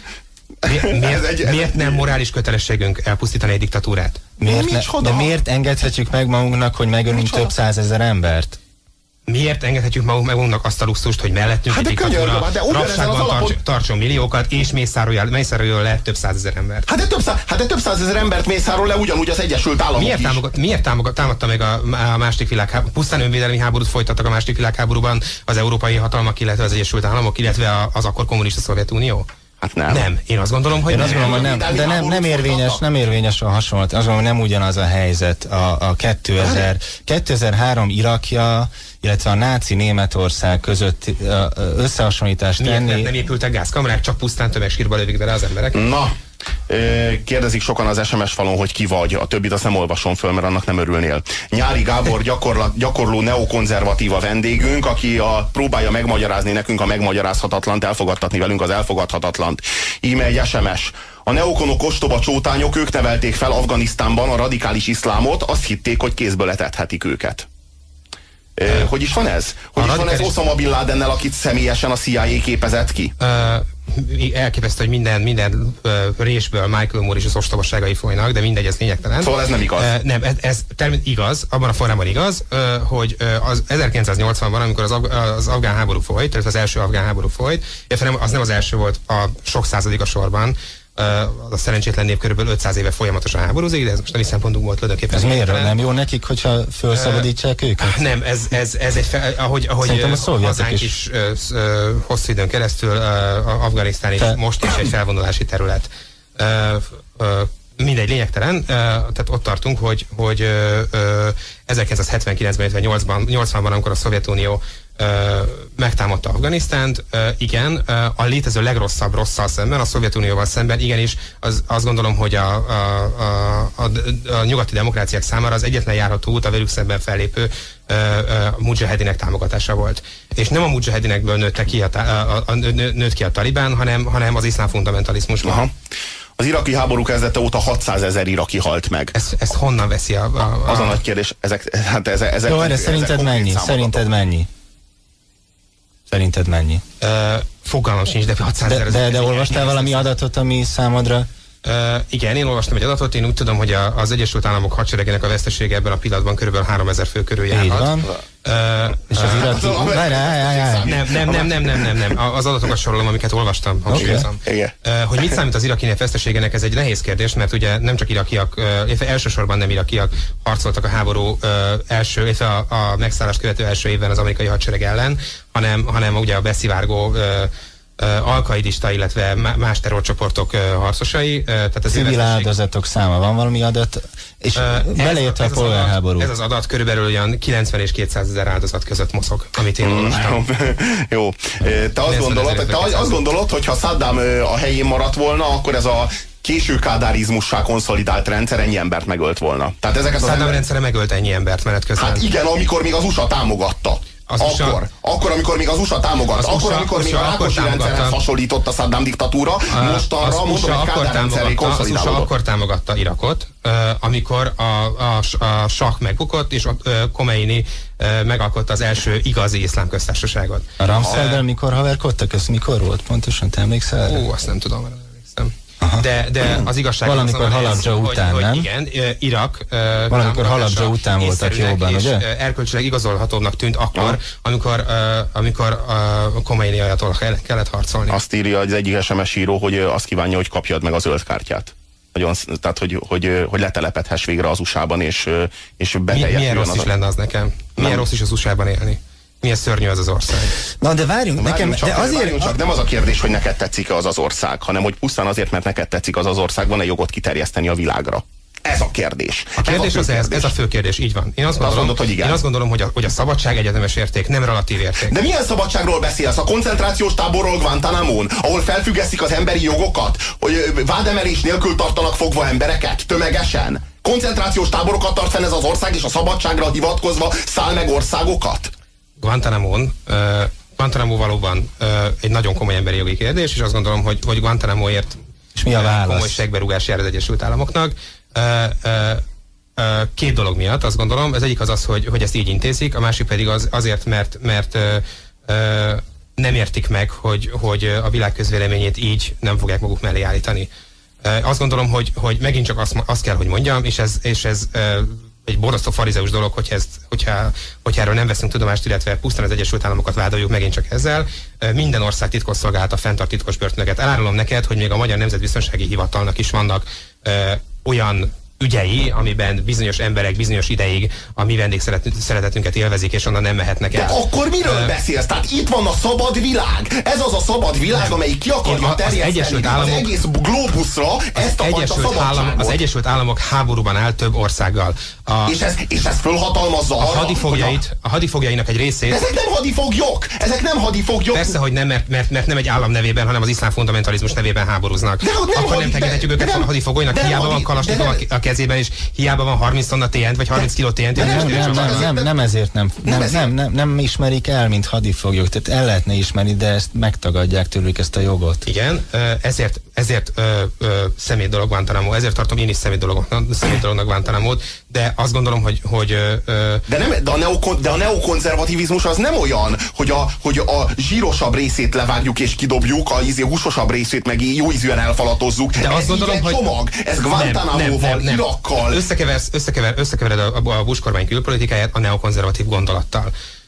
Miért nem morális kötelességünk elpusztítani egy diktatúrát? De miért engedhetjük meg magunknak, hogy megölünk több százezer embert? Miért engedhetjük magunknak azt a luxust, hogy mellettünk egy diktatúra rabságban tartson milliókat, és mészároljon le több százezer embert? Hát de több százezer embert mészárol le ugyanúgy az Egyesült Államok Miért támadta meg a második világháborút? Pusztán önvédelmi háborút folytattak a második világháborúban az európai hatalmak, illetve az Egyesült Államok, illetve az akkor kommunista Szovjetunió? Hát nem. Én azt gondolom, hogy nem érvényes a hasonlat. Azt gondolom, nem ugyanaz a helyzet. A 2003 Irakja, illetve a náci Németország között összehasonlítást tenni. Miért nem épültek gázkamrák, csak pusztán tömegsírba lövik bele az emberek? Na, kérdezik sokan az SMS falon, hogy ki vagy. A többit azt nem olvasom föl, mert annak nem örülnél. Nyári Gábor gyakorló neokonzervatív a vendégünk, aki próbálja megmagyarázni nekünk a megmagyarázhatatlant, elfogadtatni velünk az elfogadhatatlant. Íme egy SMS. A neokonok ostoba csótányok, ők nevelték fel Afganisztánban a radikális iszlámot, azt hitték, hogy kézből etethetik őket. Hogy is van ez? Hogy is van ez Osama Bin Ladennel, akit személyesen a CIA képezett ki? Elképesztő, hogy minden résből Michael Moore és az ostobaságai folynak, de mindegy, ez lényegtelen. Szóval ez nem igaz. Nem, ez igaz, abban a formában igaz, hogy az 1980-ban, amikor az afgán háború folyt, tehát az első afgán háború folyt, illetve az nem az első volt a sok századik a sorban, a szerencsétlen nép körülbelül 500 éve folyamatosan háborúzik, de ez most a mi szempontunkból tulajdonképpen. Ez miért nem jó nekik, hogyha felszabadítsák őket? Nem, ez egy ahogy hazánk is hosszú időn keresztül, Afganisztán is most is egy felvonulási terület. Mindegy, lényegtelen, tehát ott tartunk, hogy 1979-ben, 80-ban, amikor a Szovjetunió megtámadta Afganisztánt, igen, a létező legrosszabb rosszal szemben, a Szovjetunióval szemben, igenis, azt gondolom, hogy a nyugati demokráciák számára az egyetlen járható út a velük szemben fellépő mujahedinek támogatása volt. És nem a mujahedinekből nőtt ki a talibán, hanem az iszlám fundamentalizmusban. Aha. Az iraki háború kezdete óta 600 000 iraki halt meg. Ezt honnan veszi Az a nagy kérdés. Ezek jó, erre szerinted mennyi? Szerinted mennyi? Fogalmam sincs, de 600 000. De olvastál valami adatot, ami számodra? Igen, én olvastam egy adatot, én úgy tudom, hogy az Egyesült Államok hadseregének a vesztesége ebben a pillanatban kb. 3000 fő körül járhat. És az iraki... Nem. Az adatokat sorolom, amiket olvastam, hangsúlyozom. Hogy mit számít az iraki nép veszteségének, ez egy nehéz kérdés, mert ugye nem csak irakiak, illetve elsősorban nem irakiak harcoltak a háború illetve a megszállást követő első évben az amerikai hadsereg ellen, hanem ugye a beszivárgó alkaidista, illetve más terrorcsoportok harcosai. Civil áldozatok száma, van valami adat? És beleértve a polgárháború. Ez az adat körülbelül olyan 90 és 200 000 áldozat között mozog, amit én olvastam. Jó. Te azt gondolod, hogy ha Saddam a helyén maradt volna, akkor ez a késő kádárizmussá konszolidált rendszer ennyi embert megölt volna. Tehát ezek a Saddam rendszere megölt ennyi embert menet közben. Hát igen, amikor még az USA támogatta. Akkor, amikor még az USA támogatta, amikor még a Rákosi rendszerhez hasonlított a Saddam diktatúra, mostanra mondom, hogy Kádár rendszeré konszolidálódott. Az USA akkor támogatta Irakot, amikor a Sah megbukott, és Khomeini megalkotta az első igazi iszlám köztársaságot. A Ramszeddel mikor haverkodtak? Ez mikor volt pontosan? Te emlékszel? Azt nem tudom, mert emlékszem. De az igazság valamikor Halabdzsa után, nem? Igen, Irak valamikor Halabdzsa után voltak jóban, ugye? Erkölcsileg igazolhatóbbnak tűnt akkor, amikor Khomeini ajatollah kellett harcolni. Azt írja az egyik SMS író, hogy azt kívánja, hogy kapjad meg a zöld kártyát. Tehát, hogy letelepedhess végre az USA-ban, és beteljesüljön. Milyen rossz is lenne az nekem? Milyen rossz is az USA-ban élni? Milyen szörnyű az ország. Na, de várjunk csak nem az a kérdés, hogy neked tetszik-e az ország, hanem hogy pusztán azért, mert neked tetszik az ország, van-e jogot kiterjeszteni a világra. Ez a kérdés. A kérdés ez a fő kérdés, így van. Én azt gondolom, hogy a szabadság egyetemes érték, nem relatív érték. De milyen szabadságról beszélsz? A koncentrációs táborról Guantánamón, ahol felfüggesztik az emberi jogokat, hogy vádemelés nélkül tartanak fogva embereket, tömegesen? Koncentrációs táborokat tart fenn ez az ország, és a szabadságra hivatkozva száll meg országokat? Guantánamo valóban egy nagyon komoly emberi jogi kérdés, és azt gondolom, hogy Guantánamoért komoly segberúgás jár az Egyesült Államoknak. Két dolog miatt azt gondolom. Az egyik az, hogy ezt így intézik, a másik pedig azért, mert nem értik meg, hogy a világ közvéleményét így nem fogják maguk mellé állítani. Azt gondolom, hogy megint csak azt kell, hogy mondjam, és ez egy borzasztó farizeus dolog, hogyha erről nem veszünk tudomást, illetve pusztán az Egyesült Államokat vádoljuk megint csak ezzel. Minden ország titkosszolgálata fenntart titkos börtönöket. Elárulom neked, hogy még a Magyar Nemzetbiztonsági Hivatalnak is vannak olyan ügyei, amiben bizonyos emberek bizonyos ideig a mi vendégszeretetünket élvezik, és onnan nem mehetnek el. De akkor miről beszélsz? Tehát itt van a szabad világ. Ez az a szabad világ, amelyik ki akarja terjeszteni az egész globuszra ezt a fajta szabadságot. Az Egyesült Államok háborúban áll több országgal. És ez fölhatalmazza arra, a hadifoglyainak egy részét... De ezek nem hadifoglyok! Persze, hogy nem, mert nem egy állam nevében, hanem az iszlám fundamentalizmus nevében háborúznak. Akkor nem tekinthetjük őket a hadifogolynak, hiába van Kalasnyikov a kezében, és hiába van 30 tonna TNT, vagy 30 kiló TNT. Nem ezért nem ismerik el, mint hadifoglyok. Tehát el lehetne ismerni, de ezt megtagadják tőlük, ezt a jogot. Igen, ezért szemét dolog Guantánamo, ezért tartom én is szemét dolognak Guantánamót, de azt gondolom, hogy de a neokonzervativizmus az nem olyan, hogy a zsírosabb részét levágjuk és kidobjuk, a húsosabb részét meg jó ízűen elfalatozzuk. De azt gondolom, hogy csomag, ez Guantánamóval, Irakkal. Összekevered a Bush kormány külpolitikáját a neokonzervatív gondolattal.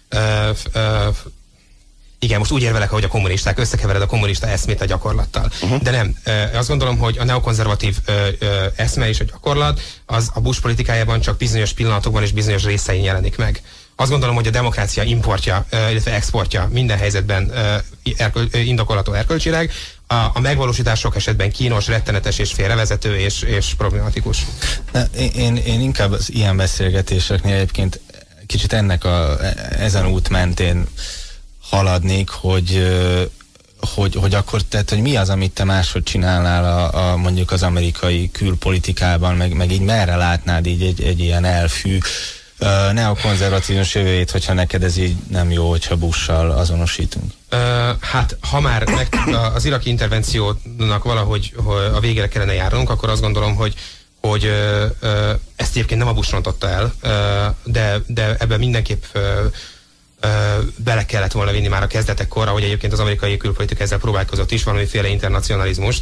Igen, most úgy érvelek, hogy a kommunisták, összekevered a kommunista eszmét a gyakorlattal. De nem. Azt gondolom, hogy a neokonzervatív eszme és a gyakorlat az a Bush politikájában csak bizonyos pillanatokban és bizonyos részein jelenik meg. Azt gondolom, hogy a demokrácia importja, illetve exportja minden helyzetben indokolható erkölcsileg, a megvalósítások esetben kínos, rettenetes és félrevezető és problematikus. Én inkább az ilyen beszélgetéseknél egyébként kicsit ezen út mentén haladnék, hogy akkor, tehát, hogy mi az, amit te máshogy csinálnál mondjuk az amerikai külpolitikában, meg így merre látnád így egy ilyen elfű neokonzervatívus jövőjét, hogyha neked ez így nem jó, hogyha Bush-sal azonosítunk? Hát, ha már az iraki intervenciónak valahogy a végére kellene járnunk, akkor azt gondolom, hogy ezt egyébként nem a Bush rontotta el, de ebben mindenképp bele kellett volna vinni már a kezdetekkor, ahogy egyébként az amerikai külpolitika ezzel próbálkozott is, valamiféle internacionalizmust.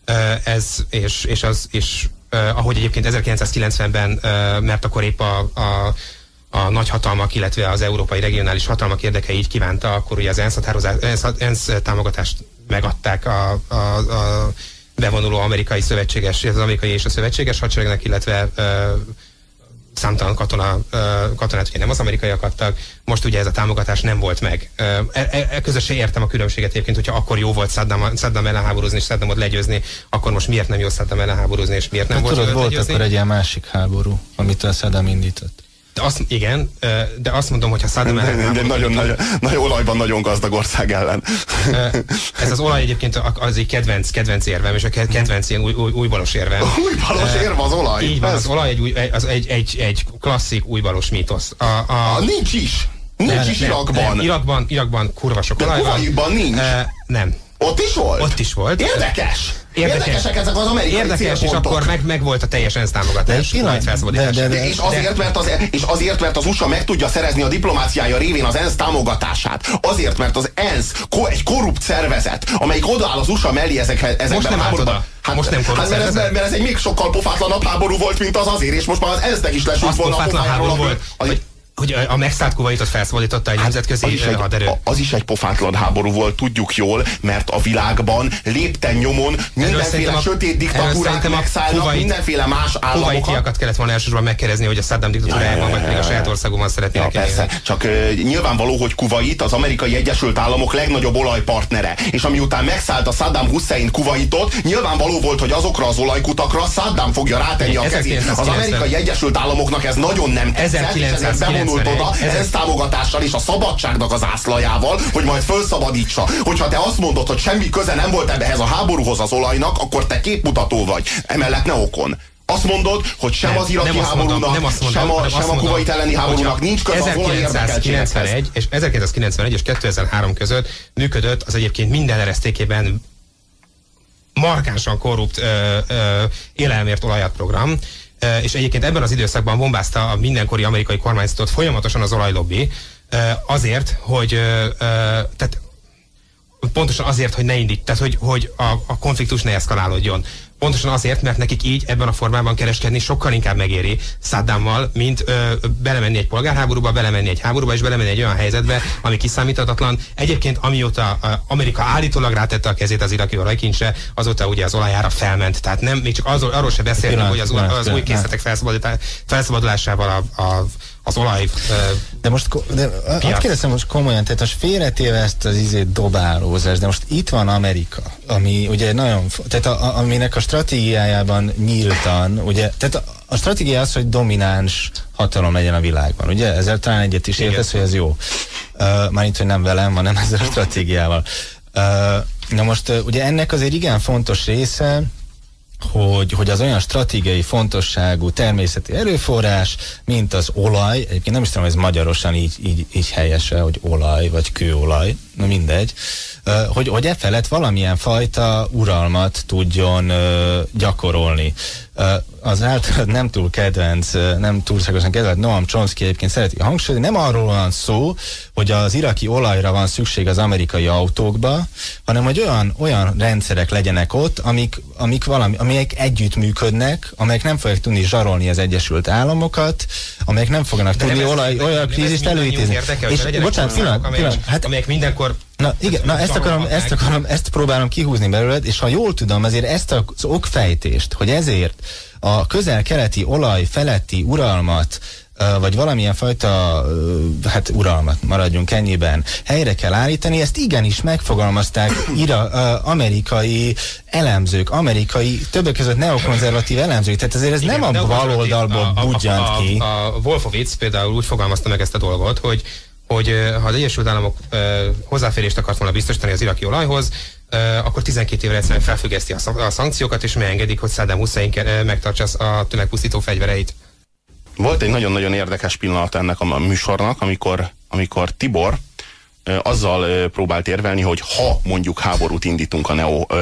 Ahogy egyébként 1990-ben, mert akkor épp a nagyhatalmak, illetve az európai regionális hatalmak érdekei így kívánta, akkor ugye az ENSZ támogatást megadták a bevonuló amerikai szövetséges, az amerikai és a szövetséges hadseregnek, illetve számtalan katonát ugye nem az amerikaiak adtak, most ugye ez a támogatás nem volt meg. Közösen értem a különbséget egyébként, hogyha akkor jó volt Saddam ellen háborúzni és Saddamot legyőzni, akkor most miért nem jó Saddam ellen háborúzni, és miért nem volt volt akkor egy ilyen másik háború, amit a Saddam indított. Igen, de azt mondom, hogy ha Saddam ellen nagyon olajban nagyon gazdag ország ellen. Ez az olaj egyébként az egy kedvenc érvem, és a kedvenc ilyen újbalos érvem. Újbalos érv az olaj? Így van, az olaj egy klasszik újbalos mítosz. Nincs is. Nincs is Irakban. Irakban kurva sok olaj van. Kuwaitban nincs. Nem. Ott is volt? Ott is volt. Érdekes! Érdekesek ezek az amerikai Érdekes, és akkor meg volt a teljes ENSZ támogatás. És azért, mert az USA meg tudja szerezni a diplomáciája révén az ENSZ támogatását. Azért, mert az ENSZ egy korrupt szervezet, amelyik odaáll az USA mellé ezekben most nem állt oda. Most nem korrupt szervezet. Mert ez egy még sokkal pofátlanabb háború volt, mint az azért, és most már az ENSZ-nek is lesült volna a pofájáról. Hogy a megszállt Kuwaitot felszabadította egy nemzetközi haderő. Az is egy pofátlan háború volt, tudjuk jól, mert a világban lépten nyomon mindenféle sötét diktatúrák megszállnak, mindenféle más államokat. Kuwaitiakat kellett volna elsősorban megkérdezni, hogy a Saddam diktatúrájában, vagy pedig a saját országomban szeretnének élni. Persze, csak nyilvánvaló, hogy Kuwait az Amerikai Egyesült Államok legnagyobb olajpartnere, és amiután megszállt a Saddam Hussein Kuwaitot, nyilvánvaló volt, hogy azokra az olajkutakra Saddam fogja rátenni a kezét. Az Amerikai Egyesült Államoknak ez nagyon nem tetszett, oda, ez támogatással és a szabadságnak az ászlajával, hogy majd felszabadítsa. Hogyha te azt mondod, hogy semmi köze nem volt ehhez a háborúhoz az olajnak, akkor te képmutató vagy. Emellett ne okon. Azt mondod, hogy sem az iraki háborúnak, sem a Kuwait elleni háborúnak nincs köze az olaj érdekeltségekhez. 1991 és 2003 között működött az egyébként minden eresztékében markánsan korrupt élelmért olajat program, és egyébként ebben az időszakban bombázta a mindenkori amerikai kormányzatot folyamatosan az olajlobbi, azért, hogy tehát pontosan azért, hogy ne indít, tehát hogy a konfliktus ne eszkalálódjon. Pontosan azért, mert nekik így ebben a formában kereskedni sokkal inkább megéri Saddammal, mint belemenni egy polgárháborúba, belemenni egy háborúba, és belemenni egy olyan helyzetbe, ami kiszámíthatatlan. Egyébként amióta Amerika állítólag rátette a kezét az iraki olajkincsre, azóta ugye az olajára felment. Tehát nem, még csak arról se beszéltünk, hogy az új készletek felszabadulásával az olaj De azt kérdezem most komolyan, tehát most félretéve ezt az dobálózást, de most itt van Amerika, ami ugye nagyon, tehát aminek a stratégiájában nyíltan, ugye, tehát a stratégia az, hogy domináns hatalom legyen a világban, ugye? Ezzel talán egyet is értesz, hogy ez jó. Mármint, hogy nem velem, hanem ezzel a stratégiával. Na most ugye ennek azért igen fontos része, hogy az olyan stratégiai fontosságú természeti erőforrás, mint az olaj, egyébként nem is tudom, ez magyarosan így helyese, hogy olaj, vagy kőolaj, na mindegy, hogy e felett valamilyen fajta uralmat tudjon gyakorolni. Az általában nem túl kedvenc, nem túlságosan kedvenc Noam Chomsky egyébként szereti hangsúlyozni, nem arról van szó, hogy az iraki olajra van szükség az amerikai autókba, hanem hogy olyan rendszerek legyenek ott, amelyek együttműködnek, amelyek nem fogják tudni zsarolni az Egyesült Államokat, amelyek nem fognak tudni olajkrízist előidézni. És bocsánat, pillanat, amelyek mindenkor. Na igen, ezt próbálom kihúzni belőled, és ha jól tudom, azért ezt az okfejtést, hogy ezért a közel-keleti olaj feletti uralmat, vagy valamilyen fajta, uralmat, maradjunk ennyiben, helyre kell állítani, ezt igenis megfogalmazták amerikai elemzők, többek között neokonzervatív elemzők, tehát azért ez igen, nem a baloldalból budjant ki. A Wolfowitz például úgy fogalmazta meg ezt a dolgot, hogy ha az Egyesült Államok hozzáférést akart volna biztosítani az iraki olajhoz, akkor 12 évre egyszerűen felfüggeszti a szankciókat, és megengedik, hogy Saddam Hussein megtartsa a tömegpusztító fegyvereit. Volt egy nagyon-nagyon érdekes pillanat ennek a műsornak, amikor Tibor azzal próbált érvelni, hogy ha mondjuk háborút indítunk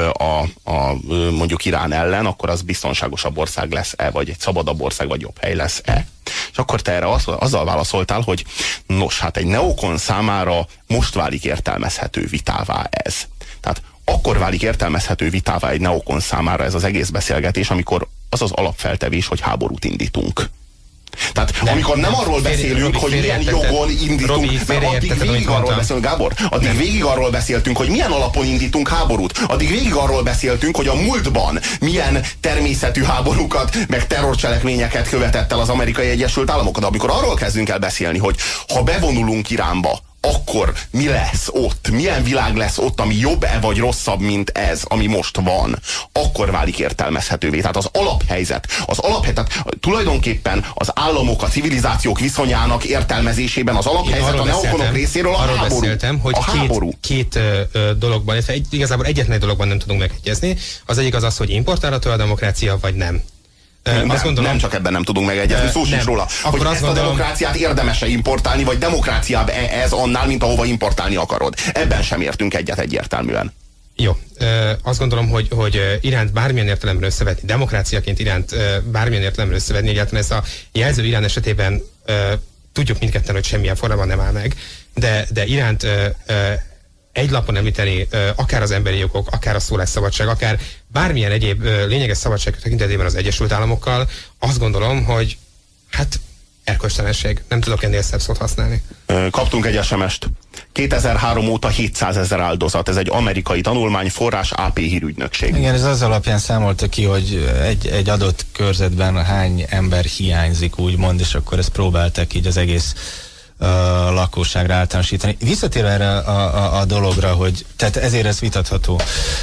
mondjuk Irán ellen, akkor az biztonságosabb ország lesz-e, vagy egy szabadabb ország, vagy jobb hely lesz-e. És akkor te erre azzal válaszoltál, hogy nos, hát egy neokon számára most válik értelmezhető vitává ez. Tehát akkor válik értelmezhető vitává egy neokon számára ez az egész beszélgetés, amikor az az alapfeltevés, hogy háborút indítunk. Tehát amikor nem arról beszélünk, hogy milyen jogon indítunk, mert addig végig arról beszélünk, Gábor, addig végig arról beszéltünk, hogy milyen alapon indítunk háborút. Addig végig arról beszéltünk, hogy a múltban milyen természetű háborúkat, meg terrorcselekményeket követett el az Amerikai Egyesült Államok. De amikor arról kezdünk el beszélni, hogy ha bevonulunk Iránba, akkor mi lesz ott? Milyen világ lesz ott, ami jobb-e vagy rosszabb, mint ez, ami most van? Akkor válik értelmezhetővé. Tehát az alaphelyzet, tehát tulajdonképpen az államok, a civilizációk viszonyának értelmezésében az alaphelyzet a neokonok részéről a háború. Arról beszéltem, hogy két dologban, igazából egyetlen dologban nem tudunk megegyezni. Az egyik az, hogy importálható a demokrácia, vagy nem. Nem csak ebben nem tudunk megegyezni, szó sincs róla. Hogy ezt a demokráciát érdemes-e importálni, vagy demokráciább ez annál, mint ahova importálni akarod. Ebben sem értünk egyet egyértelműen. Jó. Azt gondolom, hogy Iránt bármilyen értelemben összevetni, demokráciaként Iránt bármilyen értelemben összevetni, egyáltalán ezt a jelző Irán esetében tudjuk mindketten, hogy semmilyen formában nem áll meg, de Iránt egy lapon említeni akár az emberi jogok, akár a szólásszabadság, akár bármilyen egyéb lényeges szabadság tekintetében az Egyesült Államokkal, azt gondolom, hogy hát erkölctelenség. Nem tudok ennél szebb szót használni. Kaptunk egy SMS-t. 2003 óta 700 000 áldozat. Ez egy amerikai tanulmány, forrás AP hírügynökség. Igen, ez az alapján számolta ki, hogy egy adott körzetben hány ember hiányzik, úgymond, és akkor ezt próbálták így az egész lakosságra általánosítani. Visszatérve erre a dologra, hogy tehát ezért ez vitatható.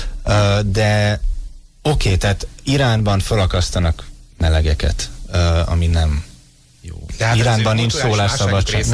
De oké, tehát Iránban felakasztanak melegeket, ami nem jó. Iránban nincs szólásszabadság.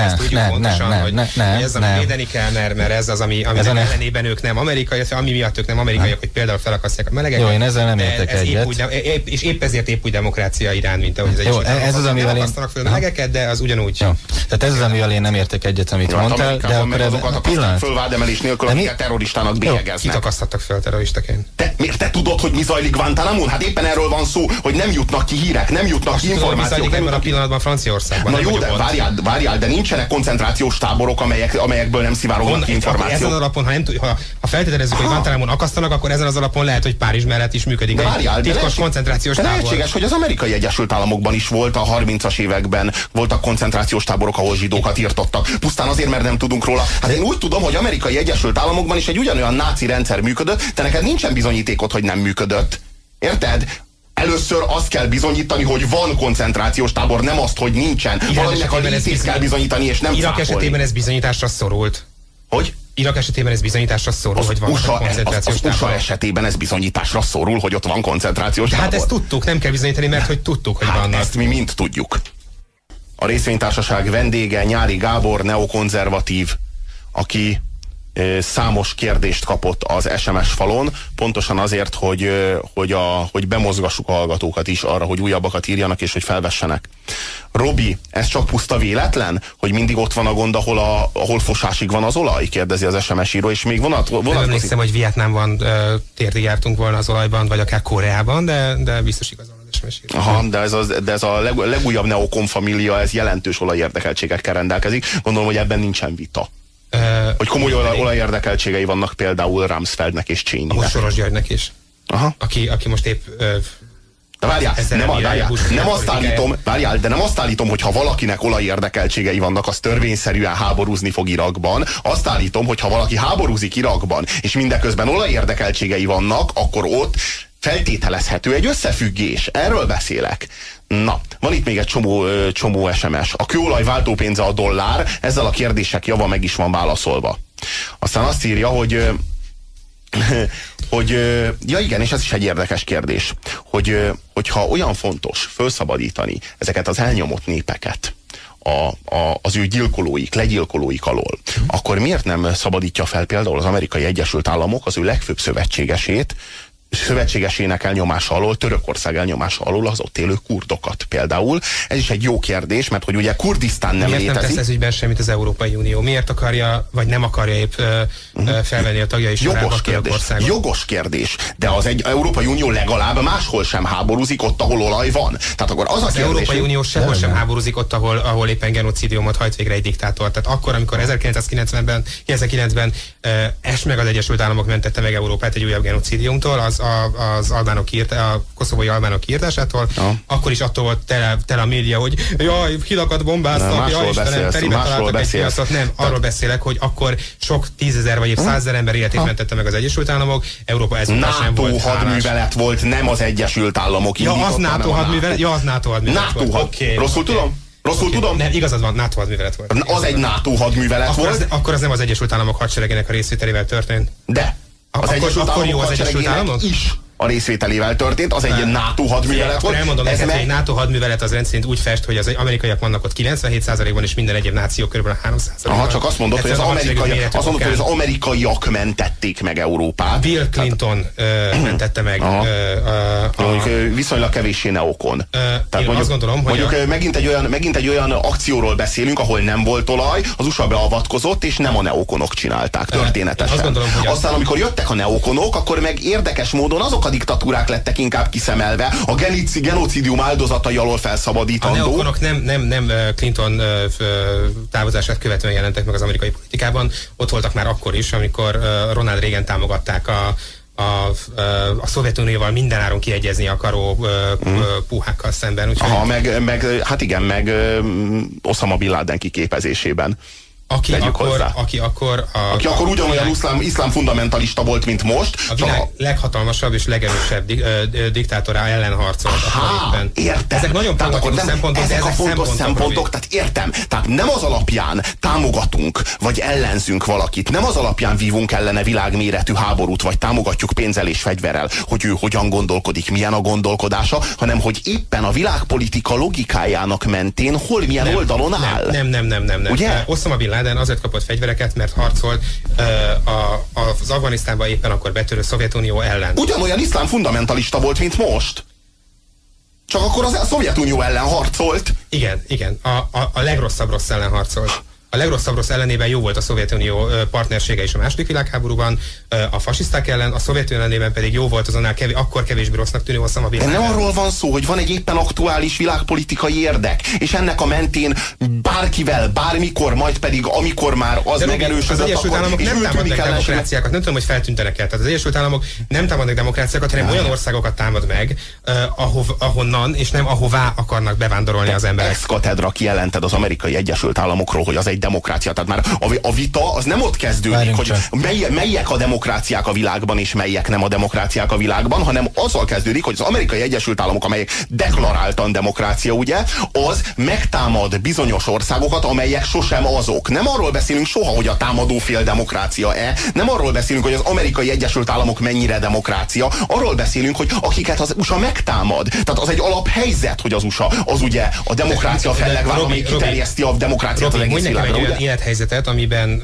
Nem. Ez, amit védeni kell, mert ez az, ami ellenében ők nem amerikai, illetve ami miatt ők nem amerikaiak, hogy például felakasztják a melegeket. Jó, én ezzel nem értek egyet. És épp ezért épp úgy demokrácia Irán, mint ahogy az Egyesült Államok. Ez az, amivel én... fel melegeket, de az ugyanúgy. Jó. Tehát ez az, amivel én nem értek egyet, amit mondtál, de akkor azokat akasztanak föl vádemelés nélkül, akiket terroristának bélyegeznek. Kit akasztattak föl terroristaként? Miért te tudod, hogy mi zajlik Guantánamon? Hát éppen erről van szó, hogy nem jutnak ki hírek, nem jutnak ki információk. Ebben a pillanatban Franciaországban. Na jó, de várjál, de nincsenek koncentrációs táborok, amelyekből nem szivárognak ki információk. Ezen az alapon, ha feltételezzük, hogy Guantánamon akasztanak, akkor ezen az alapon lehet, hogy Párizs mellett is működik egy titkos koncentrációs tábor. Lehetséges, hogy az Amerikai Egyesült Államokban is volt a 30-as években, voltak koncentrációs táborok, ahol zsidókat írtottak. Pusztán azért, mert nem tudunk róla. Hát én úgy tudom, hogy Amerikai Egyesült Államokban is egy ugyanolyan náci rendszer működött, de neked nincsen bizonyítékod, hogy nem működött. Érted? Először azt kell bizonyítani, hogy van koncentrációs tábor, nem azt, hogy nincsen. Valaminek a létét kell bizonyítani, és nem Irak esetében ez bizonyításra szorult. Hogy? Irak esetében ez bizonyításra szorul, hogy van koncentrációs tábor. Az USA esetében ez bizonyításra szorul, hogy ott van koncentrációs tábor. Hát ezt tudtuk, nem kell bizonyítani, mert hogy tudtuk, hogy vannak. Ezt mi mind tudjuk. A részvénytársaság vendége Nyári Gábor, neokonzervatív, aki számos kérdést kapott az SMS falon, pontosan azért, hogy bemozgassuk a hallgatókat is arra, hogy újabbakat írjanak és hogy felvessenek. Robi, ez csak puszta véletlen, hogy mindig ott van a gond, ahol fosásig van az olaj? Kérdezi az SMS író, és még vonatkozik. Nem emlékszem, hogy Vietnámban térdig jártunk volna az olajban, vagy akár Koreában, de biztos igazán az SMS író. Aha, de ez a legújabb neokon família, ez jelentős olajérdekeltségekkel rendelkezik. Gondolom, hogy ebben nincsen vita. Hogy komoly olajérdekeltségei vannak például Rumsfeldnek és Cheneynek. Soros Györgynek is. Aha. Aki most épp... De várjál, nem azt állítom, hogy ha valakinek olajérdekeltségei vannak, az törvényszerűen háborúzni fog Irakban. Azt állítom, hogy ha valaki háborúzik Irakban, és mindeközben olajérdekeltségei vannak, akkor ott feltételezhető egy összefüggés. Erről beszélek. Na, van itt még egy csomó SMS. A kőolaj váltópénze a dollár, ezzel a kérdések java meg is van válaszolva. Aztán azt írja, hogy ja igen, és ez is egy érdekes kérdés, hogyha olyan fontos felszabadítani ezeket az elnyomott népeket az ő legyilkolóik alól, akkor miért nem szabadítja fel például az Amerikai Egyesült Államok az ő legfőbb szövetségesét, szövetségesének elnyomása alól, Törökország elnyomása alól az ott élő kurdokat például. Ez is egy jó kérdés, mert hogy ugye Kurdisztán nem létezik. Miért nem tesz ez ügyben semmit az Európai Unió? Miért akarja, vagy nem akarja épp felvenni a tagjai sorába Törökországot? Jogos kérdés, de az egy Európai Unió legalább máshol sem háborúzik ott, ahol olaj van. Tehát akkor az kérdés, Európai Unió sehol sem háborúzik ott, ahol éppen genocidiumot hajt végre egy diktátor. Tehát akkor, amikor 1999-ben meg az Egyesült Államok mentette meg Európát egy újabb genocidiumtól, az a koszovói albánok kiirtásától, akkor is attól volt tele a média, hogy jaj, hidakat bombáztak, jaj Istenem, telibe találtak egy piacot. Nem, arról beszélek, hogy akkor sok 10 000 vagy épp 100 000 ember életét mentette meg az Egyesült Államok, Európa ezután sem volt NATO hadművelet volt, nem az Egyesült Államok indította. Az NATO hadművelet? Ja, az NATO hadművelet volt. Rosszul tudom? Rosszul tudom? Nem, igazad van, NATO hadművelet volt. Az egy NATO hadművelet volt? Akkor az nem az Egyesült Államok hadseregének a részvételével történt. De. Akkor jó az Egyesült Államok is a részvételével történt, az egy NATO hadművelet volt. Elmondom neked, hogy egy NATO hadművelet az rendszerint úgy fest, hogy az amerikaiak vannak ott 97%-ban, és minden egyéb náció körülbelül 3%-ban. Aha, csak azt mondod, hogy az amerikaiak mentették meg Európát. Bill Clinton mentette meg. Viszonylag kevéssé neokon. Én azt gondolom, hogy mondjuk megint egy olyan akcióról beszélünk, ahol nem volt olaj, az USA beavatkozott, és nem a neokonok csinálták történetesen. Azt gondolom, hogy aztán amikor jöttek a neokonok, akkor meg érdekes módon azok a diktatúrák lettek inkább kiszemelve, a genocidium áldozatai alól felszabadítandó. A neokonok nem Clinton távozását követően jelentek meg az amerikai politikában, ott voltak már akkor is, amikor Ronald Reagan támogatták a Szovjetunióval mindenáron kiegyezni akaró puhákkal szemben. Úgyhogy... Aha, meg Osama Bin Laden kiképezésében. Aki akkor ugyanolyan iszlám fundamentalista volt, mint most. A világ leghatalmasabb és legerősebb diktátora ellen harcolt. Értem. Ezek nagyon pragmatikus szempontok, ezek a fontos szempontok, tehát értem. Tehát nem az alapján támogatunk, vagy ellenzünk valakit, nem az alapján vívunk ellene világméretű háborút, vagy támogatjuk pénzzel és fegyverrel, hogy ő hogyan gondolkodik, milyen a gondolkodása, hanem hogy éppen a világpolitika logikájának mentén hol milyen oldalon áll. Nem. Ugye? Osama Bin Laden azért kapott fegyvereket, mert harcolt az Afganisztánban éppen akkor betörő Szovjetunió ellen. Ugyanolyan iszlám fundamentalista volt, mint most. Csak akkor a Szovjetunió ellen harcolt. Igen. A legrosszabb rossz ellen harcolt. A legrosszabb rossz ellenében jó volt a Szovjetunió partnersége is a második világháborúban, a fasiszták ellen, a Szovjetunió ellenében pedig jó volt azonnal akkor kevésbé rossznak tűnő Osama Bin Laden. De nem arról van szó, hogy van egy éppen aktuális világpolitikai érdek, és ennek a mentén bárkivel, bármikor, majd pedig amikor már az megerősödött, az Egyesült Államok nem támadnak demokráciákat, nem tudom, hogy feltűntenek el. Tehát az Egyesült Államok nem támadnak demokráciákat, hanem olyan országokat támad meg, ahonnan és nem ahová akarnak bevándorolni az emberek. Ex-katedra kijelented az Amerikai Egyesült Államokról, hogy az egy demokrácia. Tehát már a vita az nem ott kezdődik, hogy melyek a demokráciák a világban, és melyek nem a demokráciák a világban, hanem azzal kezdődik, hogy az Amerikai Egyesült Államok, amelyek deklaráltan demokrácia, ugye, az megtámad bizonyos országokat, amelyek sosem azok. Nem arról beszélünk soha, hogy a támadó fél demokrácia-e, nem arról beszélünk, hogy az Amerikai Egyesült Államok mennyire demokrácia, arról beszélünk, hogy akiket az USA megtámad. Tehát az egy alaphelyzet, hogy az USA az ugye a demokrácia fellegvár, amely kiterjeszti a demokráciát az egész világra. Egy olyan élethelyzetet, amiben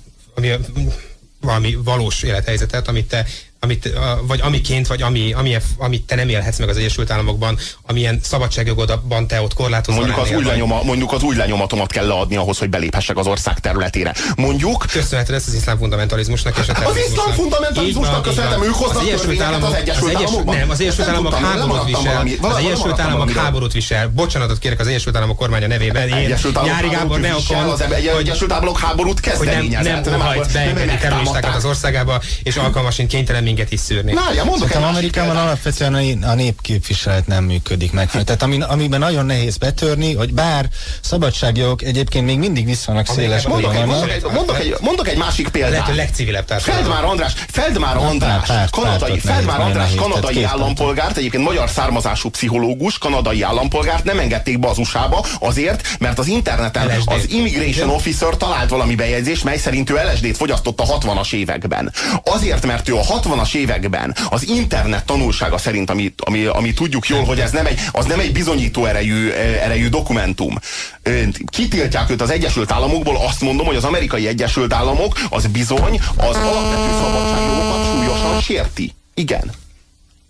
valami valós élethelyzetet, vagy amiként, vagy amit te nem élhetsz meg az Egyesült Államokban, amilyen szabadságjogodban te ott korlátozva mondjuk az új lenyomatomat kell leadni ahhoz, hogy beléphessek az ország területére. Mondjuk... Köszönhetően ezt az iszlám fundamentalizmusnak és a terrorizmusnak. Az iszlám fundamentalizmusnak köszönhetem, ők hoznak törvényeket az Egyesült Államokban. Nem, az Egyesült Államok háborút visel. Az Egyesült Államok háborút visel. Bocsánatot kérek az Egyesült Államok kormánya nevében. Nyári Gábor ne akar, az Egyesült Államok háborút kezdeményezett. Nem óhajt beengedni terroristákat az országába, és alkalmasint kénytelen minket is szűrni. Szerintem Amerikában alapvetően a népképviselet nem működik meg. Tehát amiben nagyon nehéz betörni, hogy bár szabadságjogok egyébként még mindig viszonylag széles módon vannak. Mondok egy másik példát. Lehet, hogy legcivilebb társadalom. Feldmár András kanadai állampolgárt, egyébként magyar származású pszichológus, kanadai állampolgárt nem engedték be az USA-ba azért, mert az interneten az Immigration Officer talált valami bejegyzést, mely szerint ő LSD-t fogyasztott a 60-as években. Azért, mert ő a 60-as években az internet tanulsága szerint, ami tudjuk jól, hogy ez nem egy bizonyító erejű dokumentum. Kitiltják őt az Egyesült Államokból, azt mondom, hogy az Amerikai Egyesült Államok az bizony az alapvető szabadságjogokat súlyosan sérti. Igen.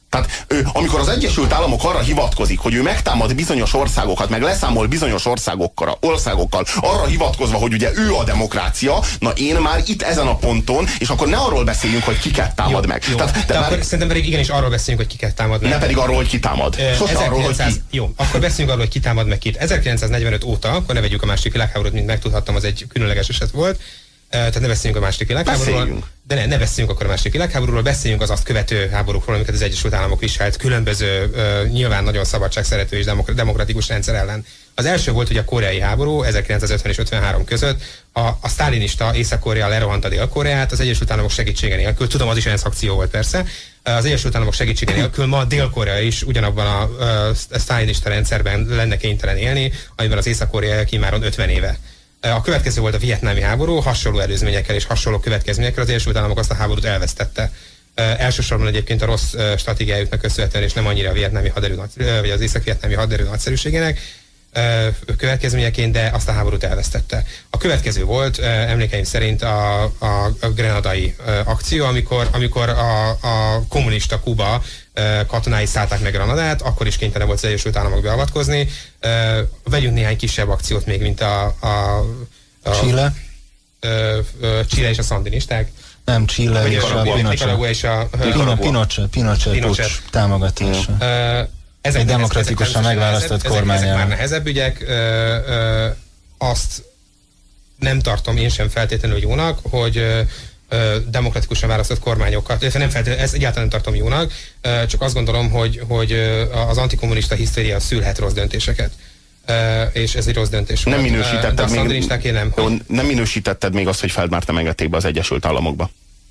Tehát amikor az Egyesült Államok arra hivatkozik, hogy ő megtámad bizonyos országokat, meg leszámol bizonyos országokkal, arra hivatkozva, hogy ugye ő a demokrácia, na én már itt ezen a ponton, és akkor ne arról beszéljünk, hogy kiket támad meg. Jó. De akkor szerintem pedig igenis arról beszéljünk, hogy kiket támad meg. Ne pedig arról, hogy ki támad. Arról, hogy ki. Jó, akkor beszéljünk arról, hogy ki támad meg kit. 1945 óta, akkor ne vegyük a második világháborút, mint megtudhattam, az egy különleges eset volt. Tehát ne beszéljünk a második világháborúról. De ne beszéljünk akkor a második világháborúról, beszéljünk az azt követő háborúkról, amiket az Egyesült Államok viselt különböző, nyilván nagyon szabadságszerető és demokratikus rendszer ellen. Az első volt ugye a koreai háború 1950 és 53 között. A sztálinista Észak-Korea lerohanta Dél-Koreát az Egyesült Államok segítsége nélkül. Tudom, az is ENSZ akció volt persze. Az Egyesült Államok segítsége nélkül ma Dél-Korea is ugyanabban a sztálinista rendszerben lenne kénytelen élni, amiben az észak-koreaiak immáron 50 éve. A következő volt a vietnámi háború, hasonló előzményekkel és hasonló következményekkel. Az Egyesült Államok azt a háborút elvesztette. Elsősorban egyébként a rossz stratégiájuknak köszönhetően, és nem annyira a vietnámi haderő, vagy az észak-vietnámi haderő nagyszerűségének következményeként, de azt a háborút elvesztette. A következő volt emlékeim szerint a grenadai akció, amikor a kommunista Kuba katonái szállták meg Granadát, akkor is kénytelen volt az Egyesült Államok beavatkozni. Vegyünk néhány kisebb akciót még, mint a Chile? Chile és a szandinisták. Nem, Chile és a Pinochet puccs támogatása. Egy demokratikusan megválasztott kormányával. Ezek már nehezebb ügyek. Azt nem tartom én sem feltétlenül jónak, hogy demokratikusan választott kormányokat, nem feltétlenül, ezt egyáltalán nem tartom jónak, csak azt gondolom, hogy az antikommunista hisztéria szülhet rossz döntéseket. És ez egy rossz döntés volt. Nem minősítetted még azt, hogy Feldmárt nem engedték be az Egyesült Államokba?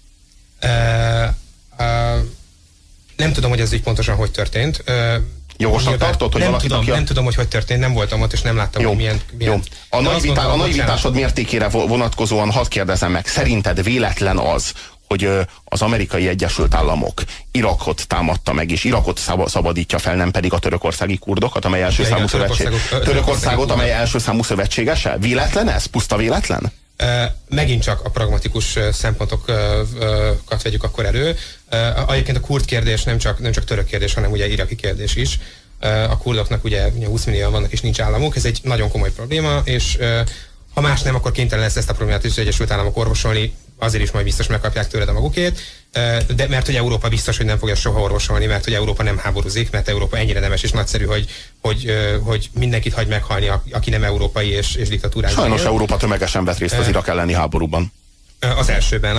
Nem tudom, hogy ez így pontosan hogy történt. Jogosnak tartod, hogy nem tudom, hogy történt, nem voltam ott, és nem láttam, hogy milyen. Jó. A naivitásod mértékére vonatkozóan hadd kérdezem meg, szerinted véletlen az, hogy az Amerikai Egyesült Államok Irakot támadta meg, és Irakot szabadítja fel, nem pedig a törökországi kurdokat, amely első számú Törökországot, amely első számú szövetségese? Véletlen ez? Puszta véletlen? Megint csak a pragmatikus szempontokat vegyük akkor elő. Egyébként a kurd kérdés nem csak török kérdés, hanem ugye iraki kérdés is. A kurdoknak ugye 20 millióan vannak és nincs államuk, ez egy nagyon komoly probléma, és ha más nem, akkor kénytelen lesz ezt a problémát is az Egyesült Államok orvosolni, azért is majd biztos megkapják tőled a magukét, de mert hogy Európa biztos, hogy nem fogja soha orvosolni, mert hogy Európa nem háborúzik, mert Európa ennyire nemes és nagyszerű, hogy mindenkit hagy meghalni, aki nem európai és diktatúrában. Sajnos Európa tömegesen vett részt az Irak elleni háborúban. Az elsőben, a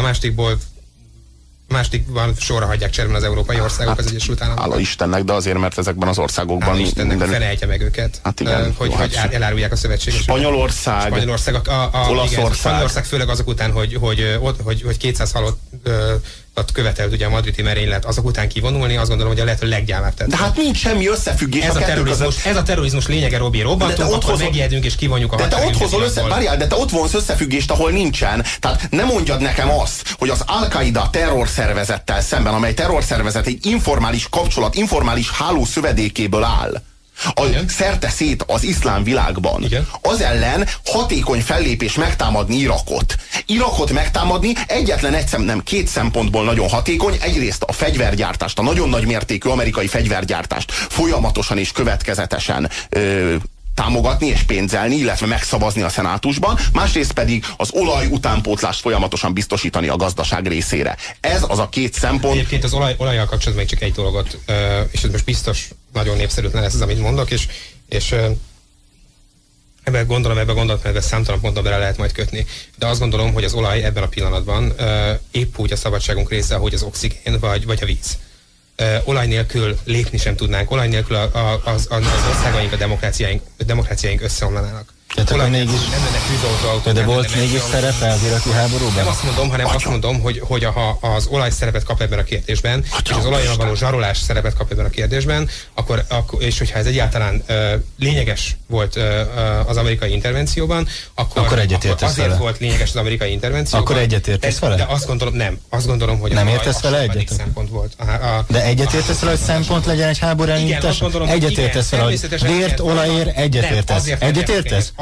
másodikban sorra hagyják cserben az európai országok, az Egyesült Államok. Hála Istennek, de azért, mert ezekben az országokban mindenütt felejtje meg őket. Hát igen, hogy elárulják a szövetségeseket. Spanyolország, Olaszország. Spanyolország főleg azok után, hogy 200 halottat követelt ugye a madridi merénylet, azok után kivonulni, azt gondolom, hogy a lehető leggyávább tett. De hát nincs semmi összefüggés ez a terrorizmus. Ez a terrorizmus lényege, Robi. Robbantunk, akkor megijedünk és kivonjuk a határidőt. De te ott vonsz összefüggést, ahol nincsen. Tehát nem mondjad nekem azt, hogy az Al-Qaida terrorszervezettel szemben, amely terrorszervezet egy informális kapcsolat, informális háló szövedékéből áll, szerte szét az iszlám világban. Igen. Az ellen hatékony fellépés megtámadni Irakot. Irakot megtámadni nem két szempontból nagyon hatékony. Egyrészt a fegyvergyártást, a nagyon nagy mértékű amerikai fegyvergyártást folyamatosan és következetesen támogatni és pénzelni, illetve megszavazni a szenátusban, másrészt pedig az olaj utánpótlást folyamatosan biztosítani a gazdaság részére. Ez az a két szempont. Egyébként az olajjal kapcsolatban még csak egy dolgot, és ez most biztos nagyon népszerűtlen lesz az, amit mondok, és ebben a gondolatmenetben számtalan ponton bele lehet majd kötni. De azt gondolom, hogy az olaj ebben a pillanatban épp úgy a szabadságunk része, ahogy az oxigén vagy a víz. Olaj nélkül lépni sem tudnánk, olaj nélkül az országaink, a demokráciáink összeomlanának. Tehát akkor mégis... De volt mégis szerepe az iraki háborúban? Nem azt mondom, hanem azt mondom, hogy ha az olaj szerepet kap ebben a kérdésben, és az olajjal való zsarolás szerepet kap ebben a kérdésben, akkor és hogyha ez egyáltalán lényeges volt az amerikai intervencióban, akkor egyetértesz azért vele. Volt lényeges az amerikai intervencióban. Akkor egyetértesz vele? De azt gondolom, nem. Azt gondolom, hogy nem értesz vele egyet? Szempont volt. De egyetértesz vele, hogy szempont legyen egy háború elindítása? Egyetértesz vele, hogy vért, olajért, egyetértesz? Egyetértesz?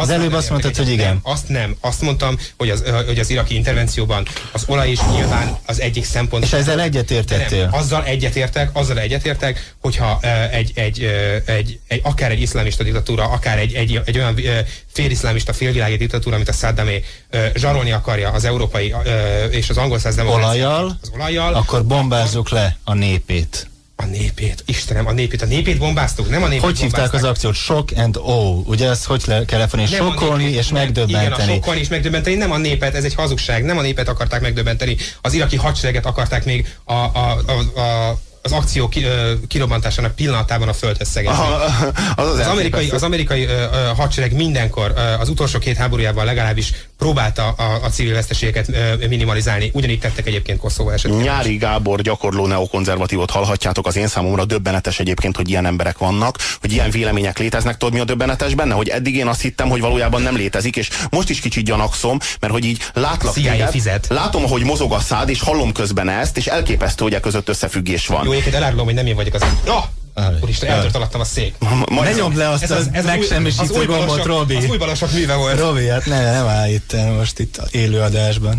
Az előbb azt mondtad, hogy igen. Nem, azt mondtam, hogy az iraki intervencióban az olaj is nyilván az egyik szempont. És ezzel egyetértettél? Azzal egyetértek, hogyha akár egy iszlámista diktatúra, akár egy olyan féliszlámista, félvilági diktatúra, mint a Saddamé, zsarolni akarja az európai és az angol száz demokráciát olajjal, akkor bombázzuk le a népét. A népét, Istenem, a népét bombáztuk, nem a népét Hogy hívták az akciót? Shock and awe. Ugye ezt hogy kell lefonni? Sokkolni és megdöbbenteni. Igen, a sokkolni és megdöbbenteni, nem a népet, ez egy hazugság, nem a népet akarták megdöbbenteni, az iraki hadsereget akarták még az akció kirobbantásának pillanatában a földhez szegezni. Az amerikai hadsereg mindenkor az utolsó 2 háborújában legalábbis próbálta a civil veszteségeket minimalizálni. Ugyanígy tettek egyébként Koszovó esetében. Nyári Gábor gyakorló neokonzervatívot hallhatjátok. Az én számomra döbbenetes egyébként, hogy ilyen emberek vannak, hogy ilyen vélemények léteznek. Tudod, mi a döbbenetes benne? Hogy eddig én azt hittem, hogy valójában nem létezik, és most is kicsit gyanakszom, mert hogy így látlak téged, látom, ahogy mozog a szád, és hallom közben ezt, és elképesztő, hogy e között összefüggés van. Jó, egyébként elárulom, hogy nem én vagyok az. Úristen, eltört alattam a szék. Ne nyomd le azt a megsemmisítő gombot, Robi. Az új balosok műve volt. Robi, hát nem áll itt most itt élőadásban.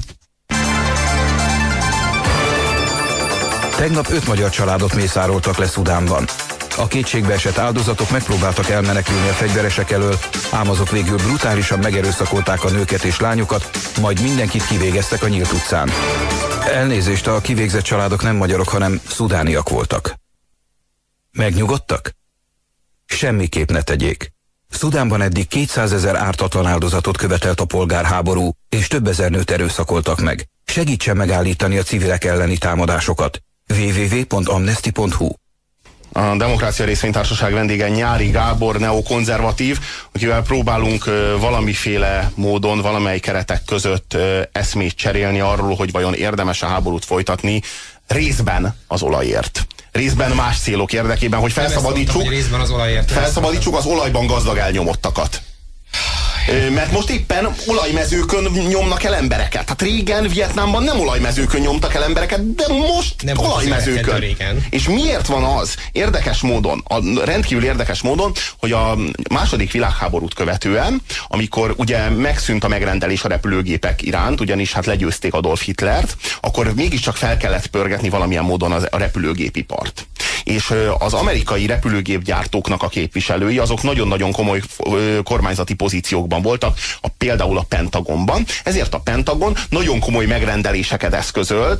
Tegnap 5 magyar családot mészároltak le Szudánban. A kétségbeesett áldozatok megpróbáltak elmenekülni a fegyveresek elől, ám azok végül brutálisan megerőszakolták a nőket és lányokat, majd mindenkit kivégeztek a nyílt utcán. Elnézést, a kivégzett családok nem magyarok, hanem szudániak voltak. Megnyugodtak? Semmiképp ne tegyék. Szudánban eddig 200 000 ártatlan áldozatot követelt a polgárháború, és több ezer nőt erőszakoltak meg. Segítsen megállítani a civilek elleni támadásokat. www.amnesty.hu. A Demokrácia Részvénytársaság vendége Nyári Gábor, neokonzervatív, akivel próbálunk valamiféle módon, valamely keretek között eszmét cserélni arról, hogy vajon érdemes-e háborút folytatni, részben az olajért. Részben más célok érdekében, hogy felszabadítsuk az olajban gazdag elnyomottakat. Mert most éppen olajmezőkön nyomnak el embereket. Tehát régen Vietnámban nem olajmezőkön nyomtak el embereket, de most nem olajmezőkön. És miért van az érdekes módon, rendkívül érdekes módon, hogy a második világháborút követően, amikor ugye megszűnt a megrendelés a repülőgépek iránt, ugyanis hát legyőzték Adolf Hitlert, akkor mégiscsak fel kellett pörgetni valamilyen módon a repülőgépipart. És az amerikai repülőgépgyártóknak a képviselői, azok nagyon-nagyon komoly kormányzati pozíciókban voltak, például a Pentagonban. Ezért a Pentagon nagyon komoly megrendeléseket eszközölt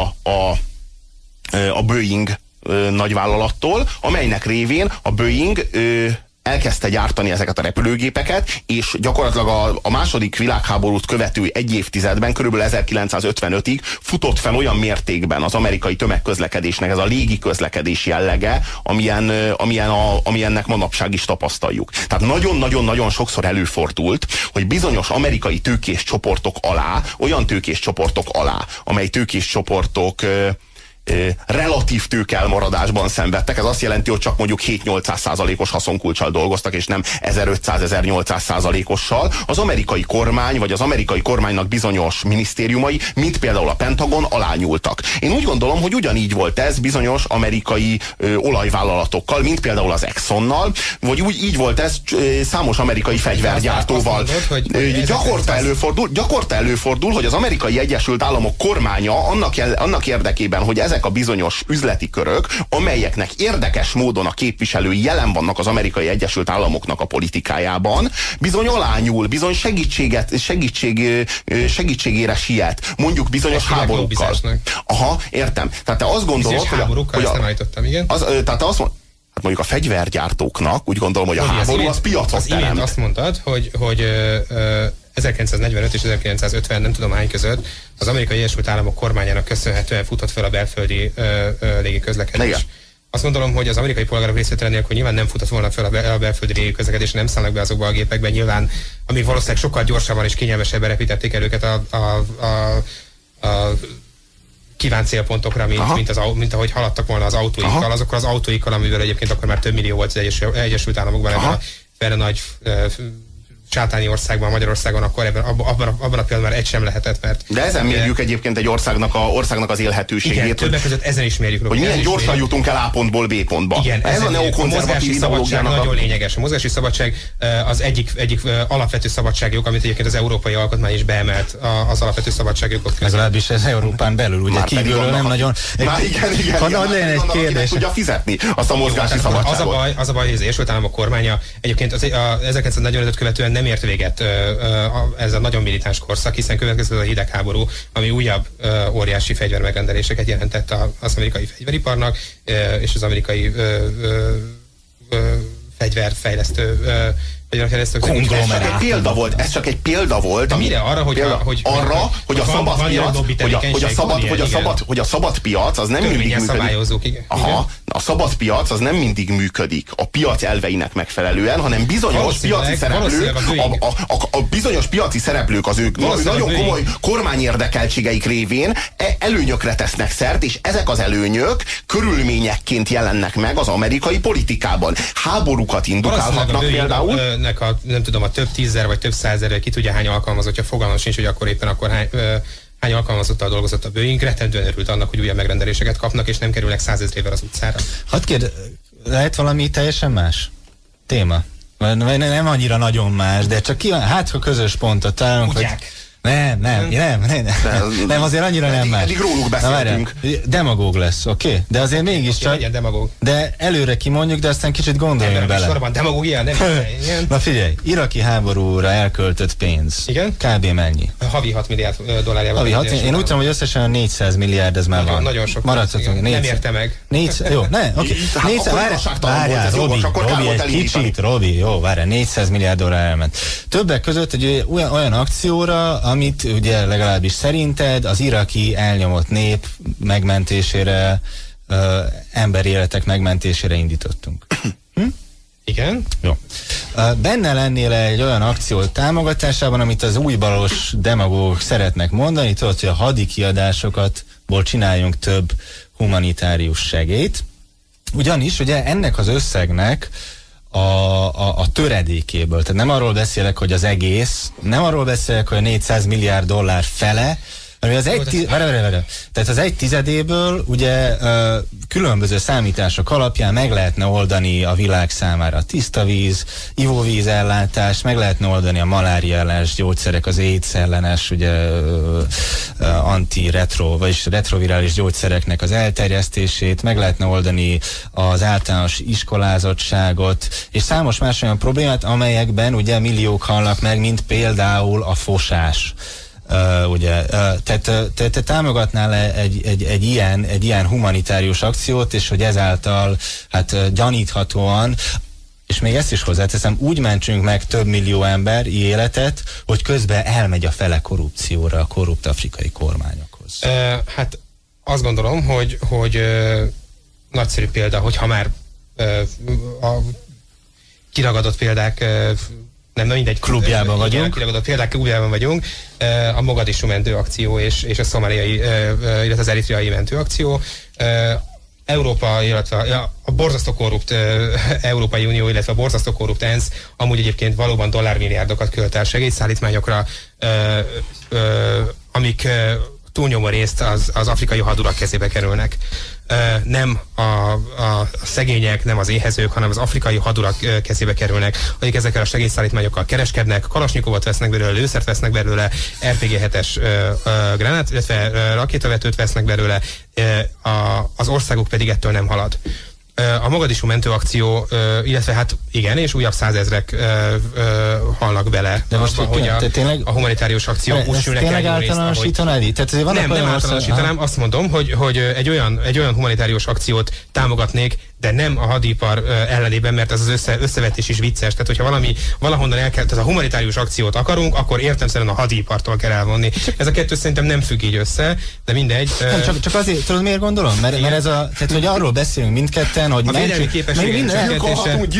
a Boeing nagyvállalattól, amelynek révén a Boeing elkezdte gyártani ezeket a repülőgépeket, és gyakorlatilag a második világháborút követő egy évtizedben, körülbelül 1955-ig futott fel olyan mértékben az amerikai tömegközlekedésnek ez a légi közlekedés jellege, amilyennek manapság is tapasztaljuk. Tehát nagyon-nagyon-nagyon sokszor előfordult, hogy bizonyos amerikai tőkés csoportok alá, olyan tőkés csoportok alá, amely tőkés csoportok relatív tőkeelmaradásban szenvedtek. Ez azt jelenti, hogy csak mondjuk 7-800%-os haszonkulccsal dolgoztak, és nem 1500-1800%-ossal. Az amerikai kormány, vagy az amerikai kormánynak bizonyos minisztériumai, mint például a Pentagon, alányultak. Én úgy gondolom, hogy ugyanígy volt ez bizonyos amerikai olajvállalatokkal, mint például az Exxonnal, vagy így volt ez számos amerikai fegyvergyártóval. Gyakorta előfordul, hogy az Amerikai Egyesült Államok kormánya annak érdekében, hogy ezek a bizonyos üzleti körök, amelyeknek érdekes módon a képviselői jelen vannak az Amerikai Egyesült Államoknak a politikájában, bizony alányul, bizony segítségére siet, mondjuk bizonyos háborúkkal. Aha, értem. Tehát te azt gondolod, hogy ezt nem állítottam, igen. Tehát azt mondod, hát mondjuk a fegyvergyártóknak úgy gondolom, hogy a háború az piacot teremt. Az imént azt mondtad, hogy 1945 és 1950 nem tudom hány között az Amerikai Egyesült Államok kormányának köszönhetően futott fel a belföldi légiközlekedés. Igen. Azt gondolom, hogy az amerikai polgárok részvétele nélkül nyilván nem futott volna fel a belföldi légiközlekedés, nem szállnak be azokba a gépekben, nyilván, amíg valószínűleg sokkal gyorsabban és kényelmesebben repítették el őket a kívánt célpontokra, mint ahogy haladtak volna az autóikkal, azokkal az autóikkal, amivel egyébként akkor már több millió volt az Egyesült Államokban ebben a nagy sátáni országban, Magyarországon, akkor abban a pillanatban már egy sem lehetett, mert... De ezen mérjük egyébként egy országnak az élhetőségét. Igen, többek között ezen is mérjük. Hogy milyen gyorsan jutunk el A pontból B pontba. Igen, ez a neokonzervatív ideológiának nagyon lényeges. A mozgási szabadság az egyik alapvető szabadságjog, amit egyébként az Európai Alkotmány is beemelt az alapvető szabadságjogok között. Legalábbis ez Európán belül, ugye kívülről nem nagyon... Már igen. Hadd legyen egy kérdés. Tudja fizetni azt a mozgási szabadságot. Az a baj, hogy az Egyesült Államok kormánya egyébként az 1945-öt követően nem ért véget ez a nagyon militáns korszak, hiszen következett a hidegháború, ami újabb óriási fegyvermegrendeléseket jelentett az amerikai fegyveriparnak, és az amerikai fegyverfejlesztő ez csak egy példa volt. De mire? Arra, hogy a szabad piac, hogy a szabad piac az nem mindig működik. A szabad piac az nem mindig működik a piac elveinek megfelelően, hanem bizonyos piaci szereplők, a bizonyos piaci szereplők az ők nagyon komoly kormányérdekeltségeik révén előnyökre tesznek szert, és ezek az előnyök körülményekként jelennek meg az amerikai politikában. Háborúkat indukálhatnak például. Nem tudom, a több tízzer vagy több százezer, ki tudja hány alkalmazottja, fogalmam sincs, hogy akkor éppen hány alkalmazottal dolgozott a Boeing, rettentően örült annak, hogy újabb megrendeléséket kapnak, és nem kerülnek 100 000-ével az utcára. Hadd kérd, lehet valami teljesen más téma? Nem annyira nagyon más, de csak ha közös pontot találunk, hogy... Nem, azért annyira nem más. Eddig róluk beszéltünk. Demagóg lesz, oké? De azért mégiscsak... Legyen demagóg. De előre kimondjuk, de aztán kicsit gondoljunk bele. Sorban demagógia, nem? Na figyelj, iraki háborúra elköltött pénz. Igen? Kb. Mennyi? Havi 6 milliárd dollárjával. Havi 6, én úgy tudom, hogy összesen 400 milliárd ez már van. Nagyon sok. Maradhatunk. Nem érte meg. Jó, oké. Várjál, Robi, egy kicsit, Robi, jó, várjál, 400 milliárd dollár elment. Többek között egy olyan akcióra, amit ugye legalábbis szerinted az iraki elnyomott nép megmentésére, emberi életek megmentésére indítottunk. Igen. Jó. Benne lennél egy olyan akció támogatásában, amit az újbalos demagógok szeretnek mondani, tudod, hogy a hadi kiadásokatból csináljunk több humanitárius segélyt. Ugyanis ugye ennek az összegnek a töredékéből. Tehát nem arról beszélek, hogy az egész, nem arról beszélek, hogy a 400 milliárd dollár fele, hanem az tehát az 1/10 ugye különböző számítások alapján meg lehetne oldani a világ számára a tiszta víz, ivóvíz ellátás, meg lehetne oldani a malária ellenes gyógyszerek, az AIDS ellenes ugye vagyis retrovirális gyógyszereknek az elterjesztését, meg lehetne oldani az általános iskolázottságot, és számos más olyan problémát, amelyekben ugye milliók halnak meg, mint például a fosás. Ugye, te támogatnál egy ilyen humanitárius akciót, és hogy ezáltal hát gyaníthatóan, és még ezt is hozzáteszem, úgy mentsünk meg több millió ember életet, hogy közben elmegy a fele korrupcióra a korrupt afrikai kormányokhoz. Hát azt gondolom, hogy nagyszerű példa, hogyha már a kiragadott példák nem mindegy. Klubjában vagyunk. Kiragadott példák klubjában vagyunk. A Mogadishu mentőakció és a szomáliai, illetve az eritreai mentőakció. Európa, illetve a borzasztó korrupt Európai Unió, illetve a borzasztó korrupt ENSZ amúgy egyébként valóban dollármilliárdokat költ el segélyszállítmányokra, amik túlnyomó részt az afrikai hadurak kezébe kerülnek. Nem a szegények, nem az éhezők, hanem az afrikai hadurak kezébe kerülnek, akik ezekkel a segélyszállítmányokkal kereskednek, kalasnyikovot vesznek belőle, lőszert vesznek belőle, RPG-7-es granát, illetve rakétavetőt vesznek belőle, az országuk pedig ettől nem halad. A Mogadishu mentőakció, illetve hát igen, és újabb 100 000-ek halnak bele. De most hogy a humanitárius akció úgy sülnek el. Tényleg általánosítanád? Nem általánosítanám, azt mondom, hogy egy olyan humanitárius akciót támogatnék, de nem a hadipar ellenében, mert ez az összevetés is vicces. Tehát, hogyha valahonnan tehát a humanitárius akciót akarunk, akkor értelemszerűen a hadipartól kell elvonni. Ez a kettő szerintem nem függ így össze, de mindegy. Nem, csak azért, tudod miért gondolom? Mert ez tehát, hogy arról beszélünk mindketten, hogy a védelmi képességek csökkentése. De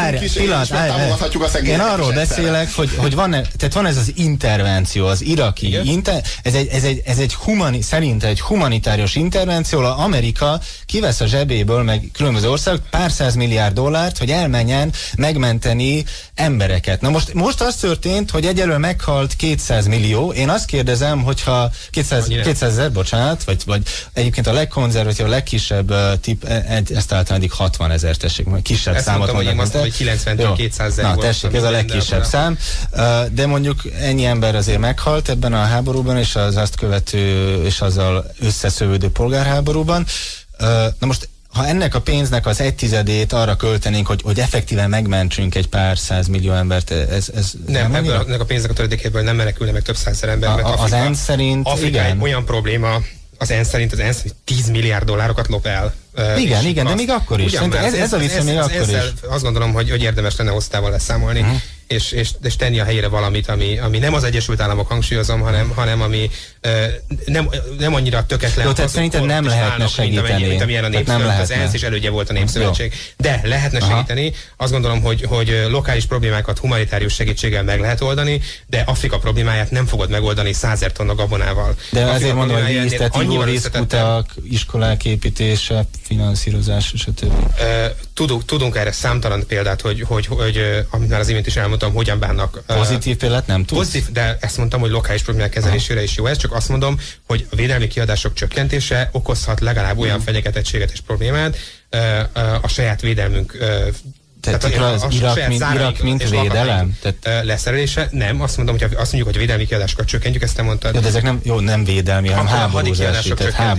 támogathatjuk a szegényeket. Én arról beszélek, hogy van ez az intervenció, az iraki, ez egy szerinte egy humanitárius intervenció, Amerika kivesz a zsebéből, meg különböző országok pár $100 milliárd, hogy elmenjen megmenteni embereket. Na most az történt, hogy egyelőre meghalt 200 millió. Én azt kérdezem, hogyha 200 000, bocsánat, vagy egyébként a legkonzervatív, a legkisebb tipp, ezt általán 60 000, tessék, kisebb ezt számot mondtam, hogy én azt, hogy 90-től 200 000 volt. Na tessék, ez a legkisebb szám, de mondjuk ennyi ember azért meghalt ebben a háborúban, és az azt követő, és azzal összeszövődő polgárháborúban. Na most, ha ennek a pénznek az 1/10 arra költenénk, hogy effektíven megmentsünk egy pár $100 millió embert, ez nem ennek a pénznek a töredékéből nem menekülne meg több százezer ember. Az ENSZ szerint Afrika igen. Olyan probléma, az ENSZ szerint $10 milliárd lop el. Igen, de még akkor is. Ez a vissza még akkor is. Azt gondolom, hogy érdemes lenne hosszával leszámolni, és tenni a helyére valamit, ami nem az Egyesült Államok, hangsúlyozom, hanem ami nem annyira tökéletlen. Jó, tehát szerinted nem lehetne segíteni. Mint amilyen a Népszövetség, az ENSZ is elődje volt a Népszövetség. De lehetne segíteni. Azt gondolom, hogy lokális problémákat humanitárius segítséggel meg lehet oldani, de Afrika problémáját nem fogod megoldani 100 000 tonna gabonával. De azért mondom, hogy víztető, részkutak, iskolák építése, finanszírozás, stb. Tudunk erre számtalan példát, hogy amit már az imént is elmondtam, hogyan bánnak. Pozitív példát nem tudsz? Pozitív, de ezt mondtam, hogy lokális problémák kezelésére is jó ez, csak azt mondom, hogy a védelmi kiadások csökkentése okozhat legalább olyan fenyegetettséget és problémát a saját védelmünk tehát az Irak mint védelem? Leszerelése? Nem, azt mondom, hogy azt mondjuk, hogy a védelmi kiadásokat csökkentjük, ezt te mondtad. Jó, de ezek nem védelmi, hanem háborúzási.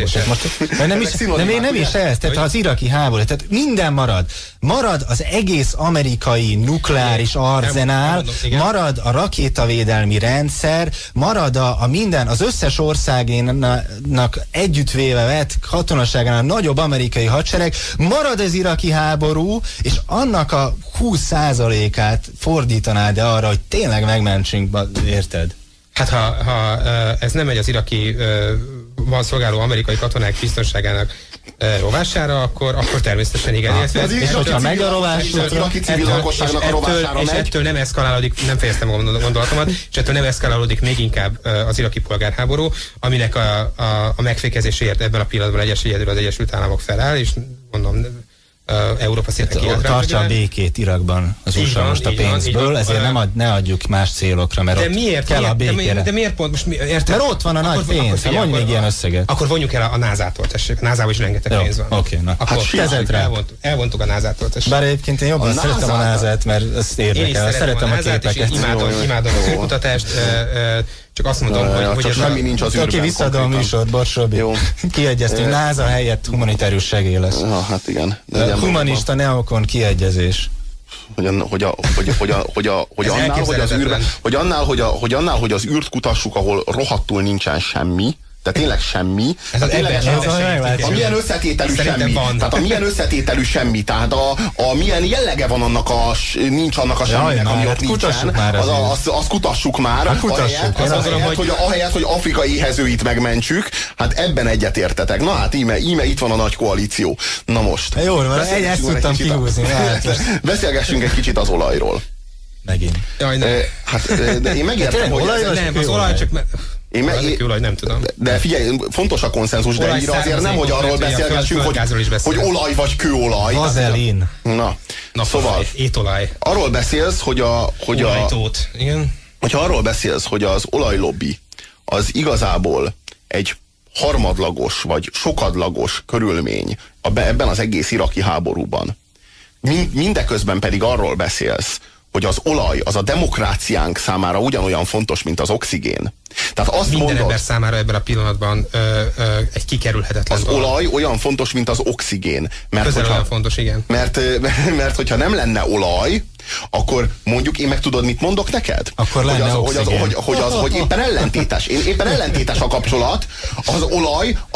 Nem is ez, tehát az iraki háború, tehát minden marad. Marad az egész amerikai nukleáris arzenál, marad a rakétavédelmi rendszer, marad a minden, az összes országénak együttvéve vett katonaságánál nagyobb amerikai hadsereg, marad az iraki háború, és annak a 20%-át fordítanád arra, hogy tényleg megmentsünk, érted? Hát ha ez nem megy az iraki van szolgáló amerikai katonák biztonságának rovására, akkor természetesen igen. És hogyha megy a rovás, az iraki civil lakosságnak a rovására megy. És ettől nem eszkalálódik, nem fejeztem a gondolatomat, és ettől nem eszkalálódik még inkább az iraki polgárháború, aminek a megfékezéséért ebben a pillanatban egyedül az Egyesült Államok feláll, és mondom, Európa szépen kiállt. Tartsa a békét Irakban az USA most a pénzből, ezért ne adjuk más célokra, mert de miért, kell a békére. De miért pont most? Érted? Mert ott van a nagy pénz, mondj még ilyen összeget. Akkor vonjuk el a NASA-tól, tessék. A NASA-ban is rengeteg pénz van. Oké, na. Akkor elvontuk a NASA-tól, tessék. Bár egyébként én jobban szeretem a NASA-t, mert ezt érdekel. Szeretem a képeket. Imádom az űrkutatást. Csak azt mondom, hogy ez semmi nincs az űrben. Aki visszaadom a műsort, Borsobi. Kiegyeztünk, NASA helyett humanitárius segély lesz. Hát igen. Humanista neokon kiegyezés. Hogy annál, hogy az űrt kutassuk, ahol rohadtul nincsen semmi, de tényleg semmi. Amilyen összetételű semmi. Tehát a milyen összetételű semmi. Tehát a milyen jellege van annak nincs annak a semminek, ami ott nincsen. Azt kutassuk már. Ahelyett, hogy Afrika éhezőit megmentsük, hát ebben egyetértetek. Na hát íme itt van a nagy koalíció. Na most. Jó, ezt tudtam kihúzni. Beszélgessünk egy kicsit az olajról. Megint. De én megértem, hogy nem, az olaj csak... nem tudom. De figyelj, fontos a konszenzus, de azért nem, hogy arról beszélgessünk, hogy olaj vagy kőolaj. Vazelin. Na szóval étolaj. Arról beszélsz, hogyha arról beszélsz, hogy az olajlobby az igazából egy harmadlagos vagy sokadlagos körülmény ebben az egész iraki háborúban. Mindeközben pedig arról beszélsz, hogy az olaj az a demokráciánk számára ugyanolyan fontos, mint az oxigén. Tehát azt minden mondod, ember számára ebben a pillanatban egy kikerülhetetlen dolog. Az olaj olyan fontos, mint az oxigén. Olyan fontos, igen. Mert hogyha nem lenne olaj, akkor mondjuk én meg tudod, mit mondok neked? Akkor lenne hogy éppen ellentétes. Éppen ellentétes a kapcsolat. Az olaj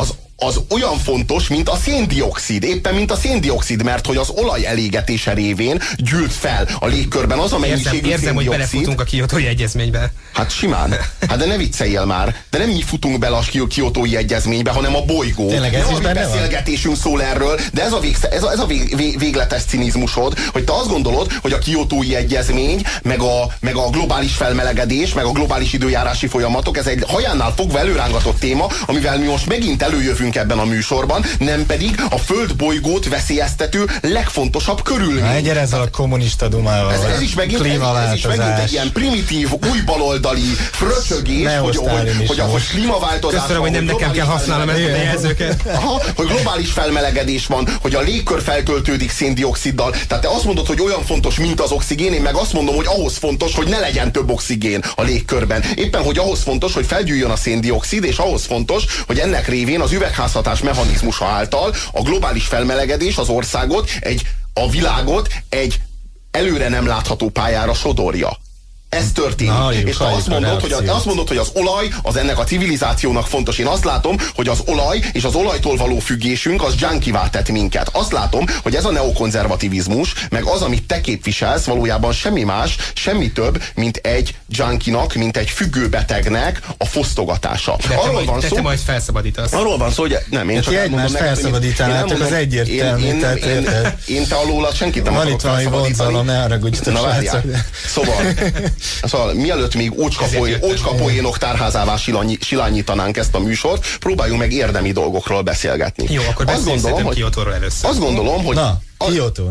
az olyan fontos, mint a széndioxid. Éppen mint a széndioxid, mert hogy az olaj elégetése révén gyűlt fel a légkörben az a mennyiségű érzem, hogy belefutunk a Kiotói Egyezménybe. Hát simán. Hát de ne vicceljél már. De nem mi futunk bele a Kiotói Egyezménybe, hanem a bolygó. Tényleg ez is benne van? Beszélgetésünk szól erről, de ez a végletes cinizmusod, hogy te azt gondolod, hogy a Kiotói Egyezmény, meg a globális felmelegedés, meg a globális időjárási folyamatok, ez egy hajánnál fogva előrángatott téma, amivel mi most megint előjövünk ebben a műsorban, nem pedig a Földbolygót veszélyeztető legfontosabb körülmény. Gyere ezzel a kommunista dumával. Ez is megint egy ilyen primitív, új baloldali fröcsögés, hogy a klímaváltozás. Köszönöm, hogy nem nekem kell használnom ezeket a jelzőket. Hogy globális felmelegedés van, hogy a légkör feltöltődik széndioxiddal. Tehát te azt mondod, hogy olyan fontos, mint az oxigén, én meg azt mondom, hogy ahhoz fontos, hogy ne legyen több oxigén a légkörben. Éppen, hogy ahhoz fontos, hogy felgyűjjön a széndioxid, és ahhoz fontos, hogy ennek révén az üvegházhatás mechanizmusa által a globális felmelegedés az országot, a világot egy előre nem látható pályára sodorja. Ez történik. És te azt mondod, hogy az olaj az ennek a civilizációnak fontos. Én azt látom, hogy az olaj és az olajtól való függésünk az junkivá tett minket. Azt látom, hogy ez a neokonzervativizmus, meg az, amit te képviselsz, valójában semmi más, semmi több, mint egy junkinak, mint egy függőbetegnek a fosztogatása. De te majd felszabadítasz. Arról van szó, hogy nem, én csak egymást felszabadítanátok, az egyértelmű. Én te alóla senkit nem akarok felszabadítani. Van itt valami vonzalom, ne haragudjatok, srácok. Szóval mielőtt még ócskapoénok tárházává silányítanánk ezt a műsort, próbáljunk meg érdemi dolgokról beszélgetni. Jó, akkor beszéljünk Kiotóról először. Azt gondolom, hogy Kyoto,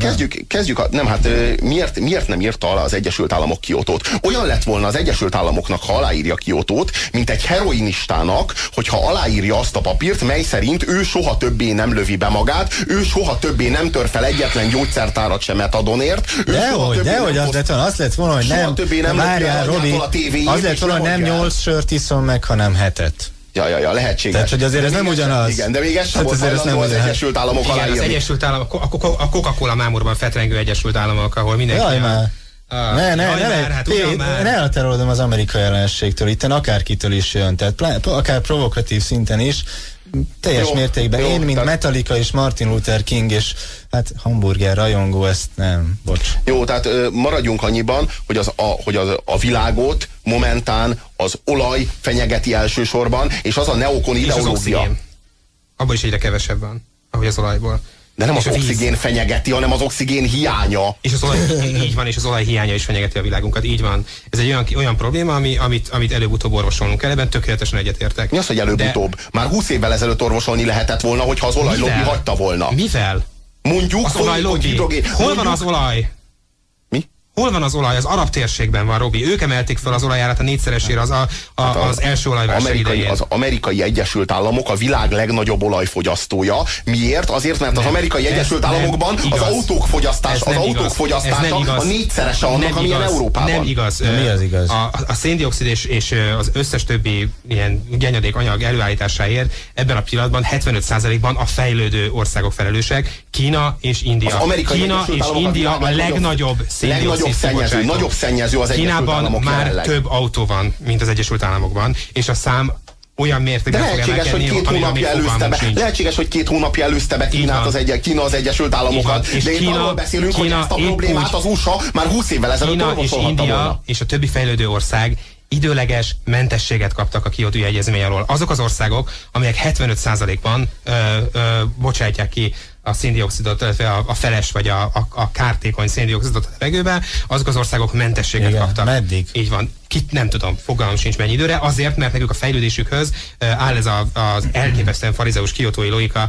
miért nem írta alá az Egyesült Államok Kiotót? Olyan lett volna az Egyesült Államoknak, ha aláírja Kiotót, mint egy heroinistának, hogyha aláírja azt a papírt, mely szerint ő soha többé nem lövi be magát, ő soha többé nem tör fel egyetlen gyógyszertárat sem metadonért. Dehogy azt lett volna, hogy nem, várjál, Robi, az lett volna, hogy nem 8 sört iszom meg, hanem 7-et. Ja, lehetséges. Tehát, hogy azért ez nem ugyanaz. Igen, de még ez sem volt hajlandó az Egyesült Államok aláírni. Az Egyesült Államok, a Coca-Cola mámorban fetrengő Egyesült Államok, ahol mindenki... Jaj már. Ne elterolodom az amerikai ellenségtől, itten akárkitől is jön, tehát akár provokatív szinten is, teljes mértékben. Én, mint Metallica és Martin Luther King és hát hamburger rajongó, ezt nem, bocs. Jó, tehát maradjunk annyiban, hogy a világot momentán az olaj fenyegeti elsősorban, és az a neokon ideológia. Abban is egyre kevesebb van, ahogy az olajból. De nem és az oxigén fenyegeti, hanem az oxigén hiánya. És az olaj, így van, és az olaj hiánya is fenyegeti a világunkat, így van. Ez egy olyan probléma, amit előbb-utóbb orvosolnunk kell, ebben tökéletesen egyetértek. Mi az, hogy előbb-utóbb? Már 20 évvel ezelőtt orvosolni lehetett volna, hogyha az olajlobbi hagyta volna. Mivel? Mondjuk, az olajlobbi. Hol van az olaj? Mi? Hol van az olaj? Az arab térségben van, Robi. Ők emelték fel az olajárát a 4-szeresére az első olajválság idején. Az Amerikai Egyesült Államok a világ legnagyobb olajfogyasztója. Miért? Azért, mert az Amerikai Egyesült Államokban az autók fogyasztása a 4-szerese annak, amilyen Európában. Nem igaz. Mi az igaz? A széndioxid és az összes többi ilyen genyadék anyag előállításáért ebben a pillanatban 75%-ban a fejlődő országok felelősek. Kína és India. Kína és India a legnagyobb nagyobb szennyező az Egyesült Államok már jelenleg. Több autó van, mint az Egyesült Államokban, és a szám olyan mértékben fog emelkedni, lehetséges, hogy 2 hónapja előzte be Kína az Egyesült Államokat. De itt arról beszélünk, hogy ezt a problémát az USA már 20 évvel ezelőtt orvosolhatta volna. És a többi fejlődő ország időleges mentességet kaptak a Kiotói Egyezmény alól. Azok az országok, amelyek 75%-ban bocsátják ki a széndioxidot, a feles vagy a kártékony széndioxidot a levegőbe, azok az országok mentességet kaptak. Meddig? Így van. Nem tudom, fogalmam sincs mennyi időre, azért, mert nekük a fejlődésükhöz áll ez az elképesztően farizeus kiotói logika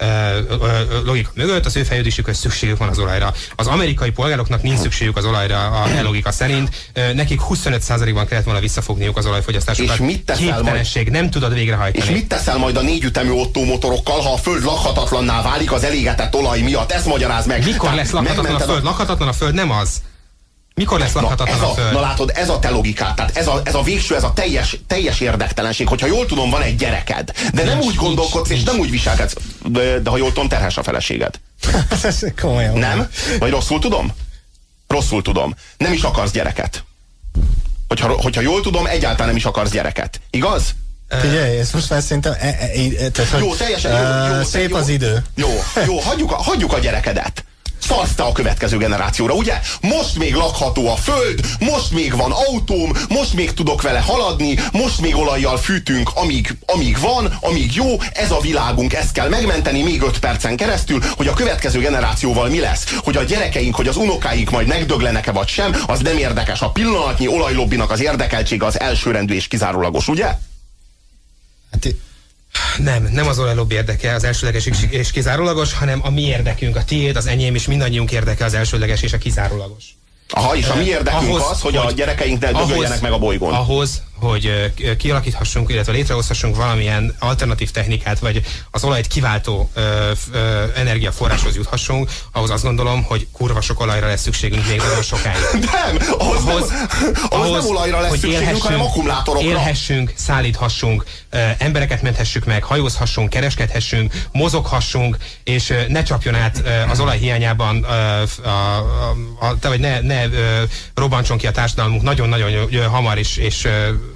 mögött, az ő fejlődésükhöz szükségük van az olajra. Az amerikai polgároknak nincs szükségük az olajra a logika szerint, nekik 25%-ban kellett volna visszafogniuk az olajfogyasztásukat. És mit teszel Képtelenség, nem tudod végrehajtani. És mit teszel majd a 4 ütemű Otto motorokkal, ha a föld lakhatatlanná válik az elégetett olaj miatt? Ezt magyarázd meg. Mikor lesz lakhatatlan a föld? Lakhatatlan a föld nem az. Mikor lesz lakhatatlan a föld? Na látod, ez a te logikád, tehát ez a végső, ez a teljes érdektelenség, hogyha jól tudom, van egy gyereked, de nem úgy gondolkodsz, és nem úgy viselkedsz, de ha jól tudom, terhes a feleséged. Komolyan. Nem? Vagy rosszul tudom? Rosszul tudom. Nem is akarsz gyereket. Hogyha jól tudom, egyáltalán nem is akarsz gyereket. Igaz? Figyelj, ezt most már szerintem jó, teljesen jó, szép jó, az idő. Jó, hagyjuk a gyerekedet. Szarsz te a következő generációra, ugye? Most még lakható a föld, most még van autóm, most még tudok vele haladni, most még olajjal fűtünk, amíg van, amíg jó, ez a világunk, ezt kell megmenteni még 5 percen keresztül, hogy a következő generációval mi lesz, hogy a gyerekeink, hogy az unokáink majd megdöglenek-e vagy sem, az nem érdekes. A pillanatnyi olajlobbinak az érdekeltsége az elsőrendű és kizárólagos, ugye? Hát Nem az olajlobbi érdeke az elsődleges és kizárólagos, hanem a mi érdekünk, a tiéd, az enyém és mindannyiunk érdeke az elsődleges és a kizárólagos. Aha, és a mi érdekünk az, hogy a gyerekeink ne dögöljenek meg a bolygón. Ahhoz, hogy kialakíthassunk, illetve létrehozhassunk valamilyen alternatív technikát, vagy az olajt kiváltó energiaforráshoz juthassunk, ahhoz azt gondolom, hogy kurva sok olajra lesz szükségünk még nagyon sokáig. Nem, ahhoz nem olajra lesz szükségünk, hanem akkumulátorokra. Élhessünk, szállíthassunk, embereket menthessük meg, hajózhassunk, kereskedhessünk, mozoghassunk, és ne csapjon át az olaj hiányában, vagy ne robbantson ki a társadalmunk nagyon-nagyon hamar és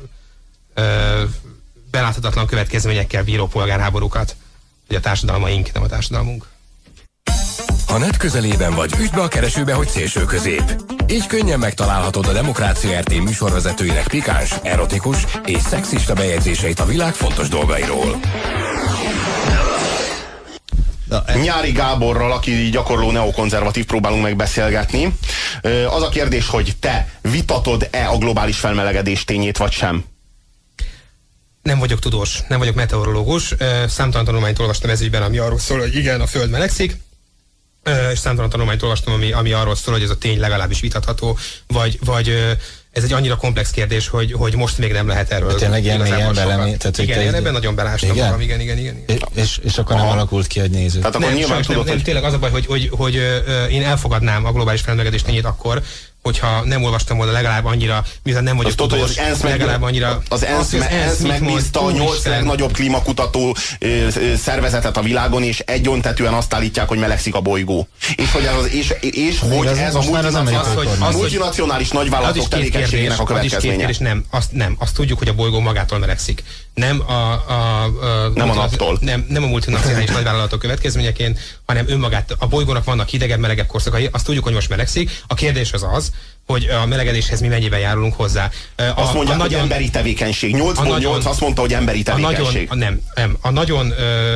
beláthatatlan következményekkel bíró polgárháborúkat, hogy a társadalmaink, nem a társadalmunk. A net közelében vagy ügy be a keresőbe, hogy szélső közép. Így könnyen megtalálhatod a Demokrácia RT műsorvezetőinek pikáns, erotikus és szexista bejegyzéseit a világ fontos dolgairól. Nyári Gáborral, aki gyakorló neokonzervatív, próbálunk megbeszélgetni. Az a kérdés, hogy te vitatod-e a globális felmelegedés tényét, vagy sem? Nem vagyok tudós, nem vagyok meteorológus. Számtalan tanulmányt olvastam ez ügyben, ami arról szól, hogy igen, a Föld melegszik, és számtalan tanulmányt olvastam, ami arról szól, hogy ez a tény legalábbis vitatható, vagy ez egy annyira komplex kérdés, hogy most még nem lehet erről. Tényleg ilyen sokat. Igen, én ebben nagyon belástam magam, igen. És akkor nem alakult ki egy néző. Tehát akkor nyilván tudod, hogy... Tényleg az a baj, hogy én elfogadnám a globális felmelegedés tényét akkor, hogyha nem olvastam volna legalább annyira, mivel nem vagyok tudós, legalább annyira... Az ENSZ megbízta a 8 legnagyobb klímakutató szervezetet a világon, és egyöntetűen azt állítják, hogy melegszik a bolygó. És hogy ez a multinacionális nagyvállalatok tevékenységének a következménye. Nem, azt tudjuk, hogy a bolygó magától melegszik. Nem a naptól. Nem a multinacionális nagyvállalatok következményeként, hanem önmagát. A bolygónak vannak hidegebb, melegebb korszakai, azt tudjuk, hogy most melegszik. A kérdés az, hogy a melegedéshez mi mennyiben járulunk hozzá. Azt mondják, hogy emberi tevékenység. 8-8 azt mondta, hogy emberi tevékenység. A nagyon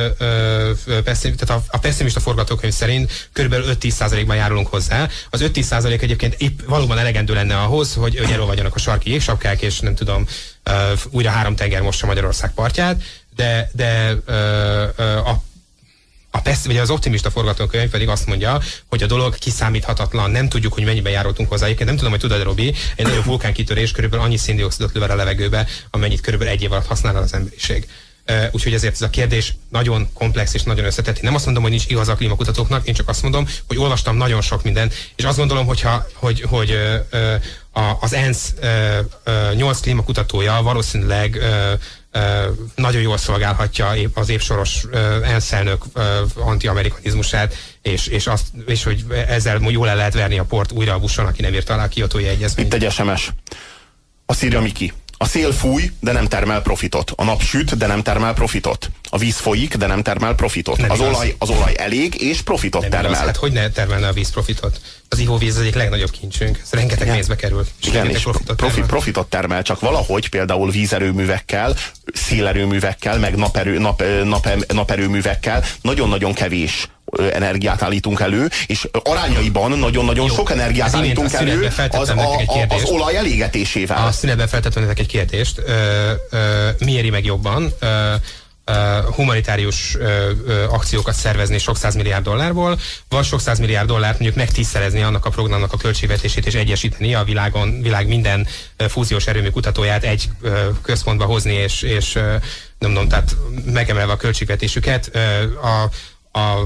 a pessimista forgatókönyv szerint kb. 5-10%-ban járulunk hozzá. Az 5-10% egyébként épp valóban elegendő lenne ahhoz, hogy elolvadjanak a sarki jégsapkák, és nem tudom, újra 3 tenger mossa Magyarország partját, de vagy az optimista forgatókönyv pedig azt mondja, hogy a dolog kiszámíthatatlan, nem tudjuk, hogy mennyiben járultunk hozzá. Egyébként nem tudom, hogy tudod, Robi, egy nagyobb vulkánkitörés körülbelül annyi széndioxidot löver a levegőbe, amennyit körülbelül 1 év alatt használ az emberiség. Úgyhogy ezért ez a kérdés nagyon komplex és nagyon összetett. Én nem azt mondom, hogy nincs igaza a klímakutatóknak, én csak azt mondom, hogy olvastam nagyon sok mindent, és azt gondolom, hogy az ENSZ 8 klímakutatója valószínűleg nagyon jól szolgálhatja az évsoros ENSZ elnök anti-amerikanizmusát, és hogy ezzel jól el lehet verni a port újra a Busson, aki nem írta alá a Kiotói egyezményt. Itt egy SMS. Azt írja Miki. A szél fúj, de nem termel profitot. A nap süt, de nem termel profitot. A víz folyik, de nem termel profitot. Az olaj elég, és profitot termel. Hát hogy ne termelne a víz profitot? Az ivóvíz az egyik legnagyobb kincsünk. Ez rengeteg pénzbe kerül. Igen, és profitot termel. Csak valahogy például vízerőművekkel, szélerőművekkel, meg naperőművekkel nagyon-nagyon kevés energiát állítunk elő, és arányaiban nagyon-nagyon sok energiát állítunk elő az olaj elégetésével. A szünetben feltettem nektek egy kérdést. Mi éri meg jobban? Humanitárius akciókat szervezni sok 100 milliárd dollárból, vagy sok 100 milliárd dollárt mondjuk megtízszerezni annak a programnak a költségvetését, és egyesíteni a világ minden fúziós erőmű kutatóját egy központba hozni, és nem tudom, tehát megemelve a költségvetésüket.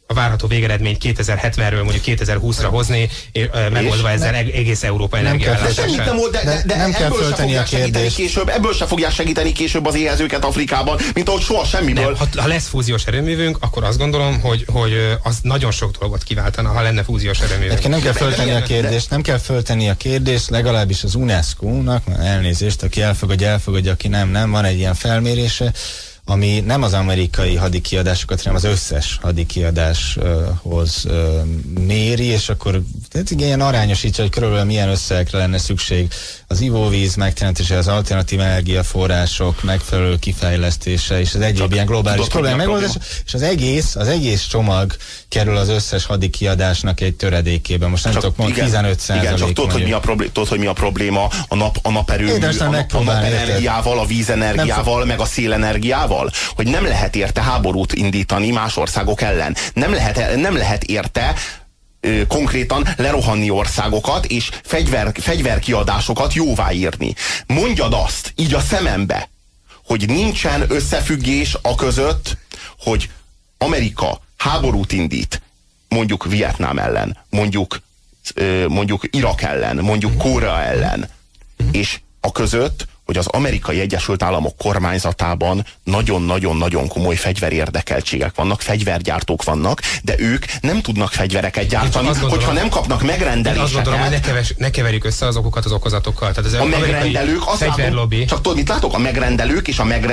a várható végeredményt 2070-ről mondjuk 2020-ra hozni, megoldva ezzel egész Európa energiaellátását. Nem kell föltenni a kérdést. Ebből se fogják segíteni később az éhezőket Afrikában, mint ahogy soha semmiből. Nem, ha lesz fúziós erőművünk, akkor azt gondolom, hogy az nagyon sok dolgot kiváltana, ha lenne fúziós erőművünk. Nem kell föltenni a kérdést, nem kell föltenni a kérdést, legalábbis az UNESCO-nak, elnézést, aki elfogadja, aki nem, van egy ilyen felmérése, ami nem az amerikai hadikiadásokat, hanem az összes hadikiadáshoz méri, és akkor ilyen arányosítja, hogy körülbelül milyen összegekre lenne szükség az ivóvíz megteremtése, az alternatív energiaforrások megfelelő kifejlesztése, és az egyéb ilyen globális probléma megoldása, és az egész csomag kerül az összes hadikiadásnak egy töredékében. Most nem tudok mondani, 15%. Igen, csak tudod, hogy mi a probléma a naperőmű, a napenergiával, a vízenergiával, meg a szélenergiával? Hogy nem lehet érte háborút indítani más országok ellen. Nem lehet érte konkrétan lerohanni országokat és fegyverkiadásokat jóváírni. Mondjad azt így a szemembe, hogy nincsen összefüggés a között, hogy Amerika háborút indít mondjuk Vietnám ellen, mondjuk Irak ellen, mondjuk Korea ellen, és a között, hogy az Amerikai Egyesült Államok kormányzatában nagyon-nagyon-nagyon komoly fegyverérdekeltségek vannak, fegyvergyártók vannak, de ők nem tudnak fegyvereket gyártani, hogyha nem kapnak megrendeléseket. Azt gondolom, hogy ne keverjük össze az okokat az okozatokkal. Tehát az a megrendelők, csak tudod, mit látok? A megrendelők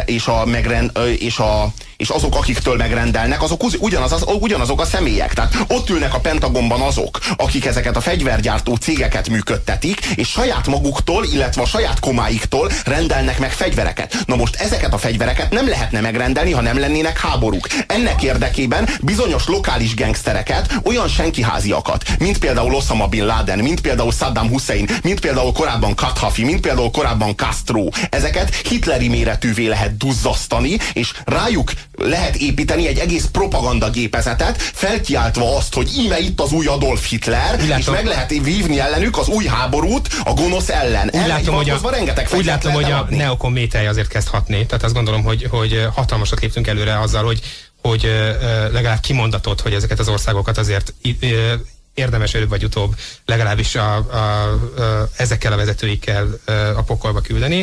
és azok, akiktől megrendelnek, azok ugyanazok a személyek. Tehát ott ülnek a Pentagonban azok, akik ezeket a fegyvergyártó cégeket működtetik, és saját maguktól, illetve a saját komáiktól rendelnek meg fegyvereket. Na most ezeket a fegyvereket nem lehetne megrendelni, ha nem lennének háborúk. Ennek érdekében bizonyos lokális gengsztereket, olyan senkiháziakat, mint például Osama Bin Laden, mint például Saddam Hussein, mint például korábban Kadhafi, mint például korábban Castro, ezeket hitleri méretűvé lehet duzzasztani, és rájuk lehet építeni egy egész propagandagépezetet, felkiáltva azt, hogy íme itt az új Adolf Hitler, és meg lehet vívni ellenük az új háborút a gonosz ellen. Úgy látom, hogy a neokon mételje azért kezd hatni. Tehát azt gondolom, hogy hatalmasat léptünk előre azzal, hogy legalább kimondatott, hogy ezeket az országokat azért érdemes előbb vagy utóbb legalábbis ezekkel a vezetőikkel a pokolba küldeni,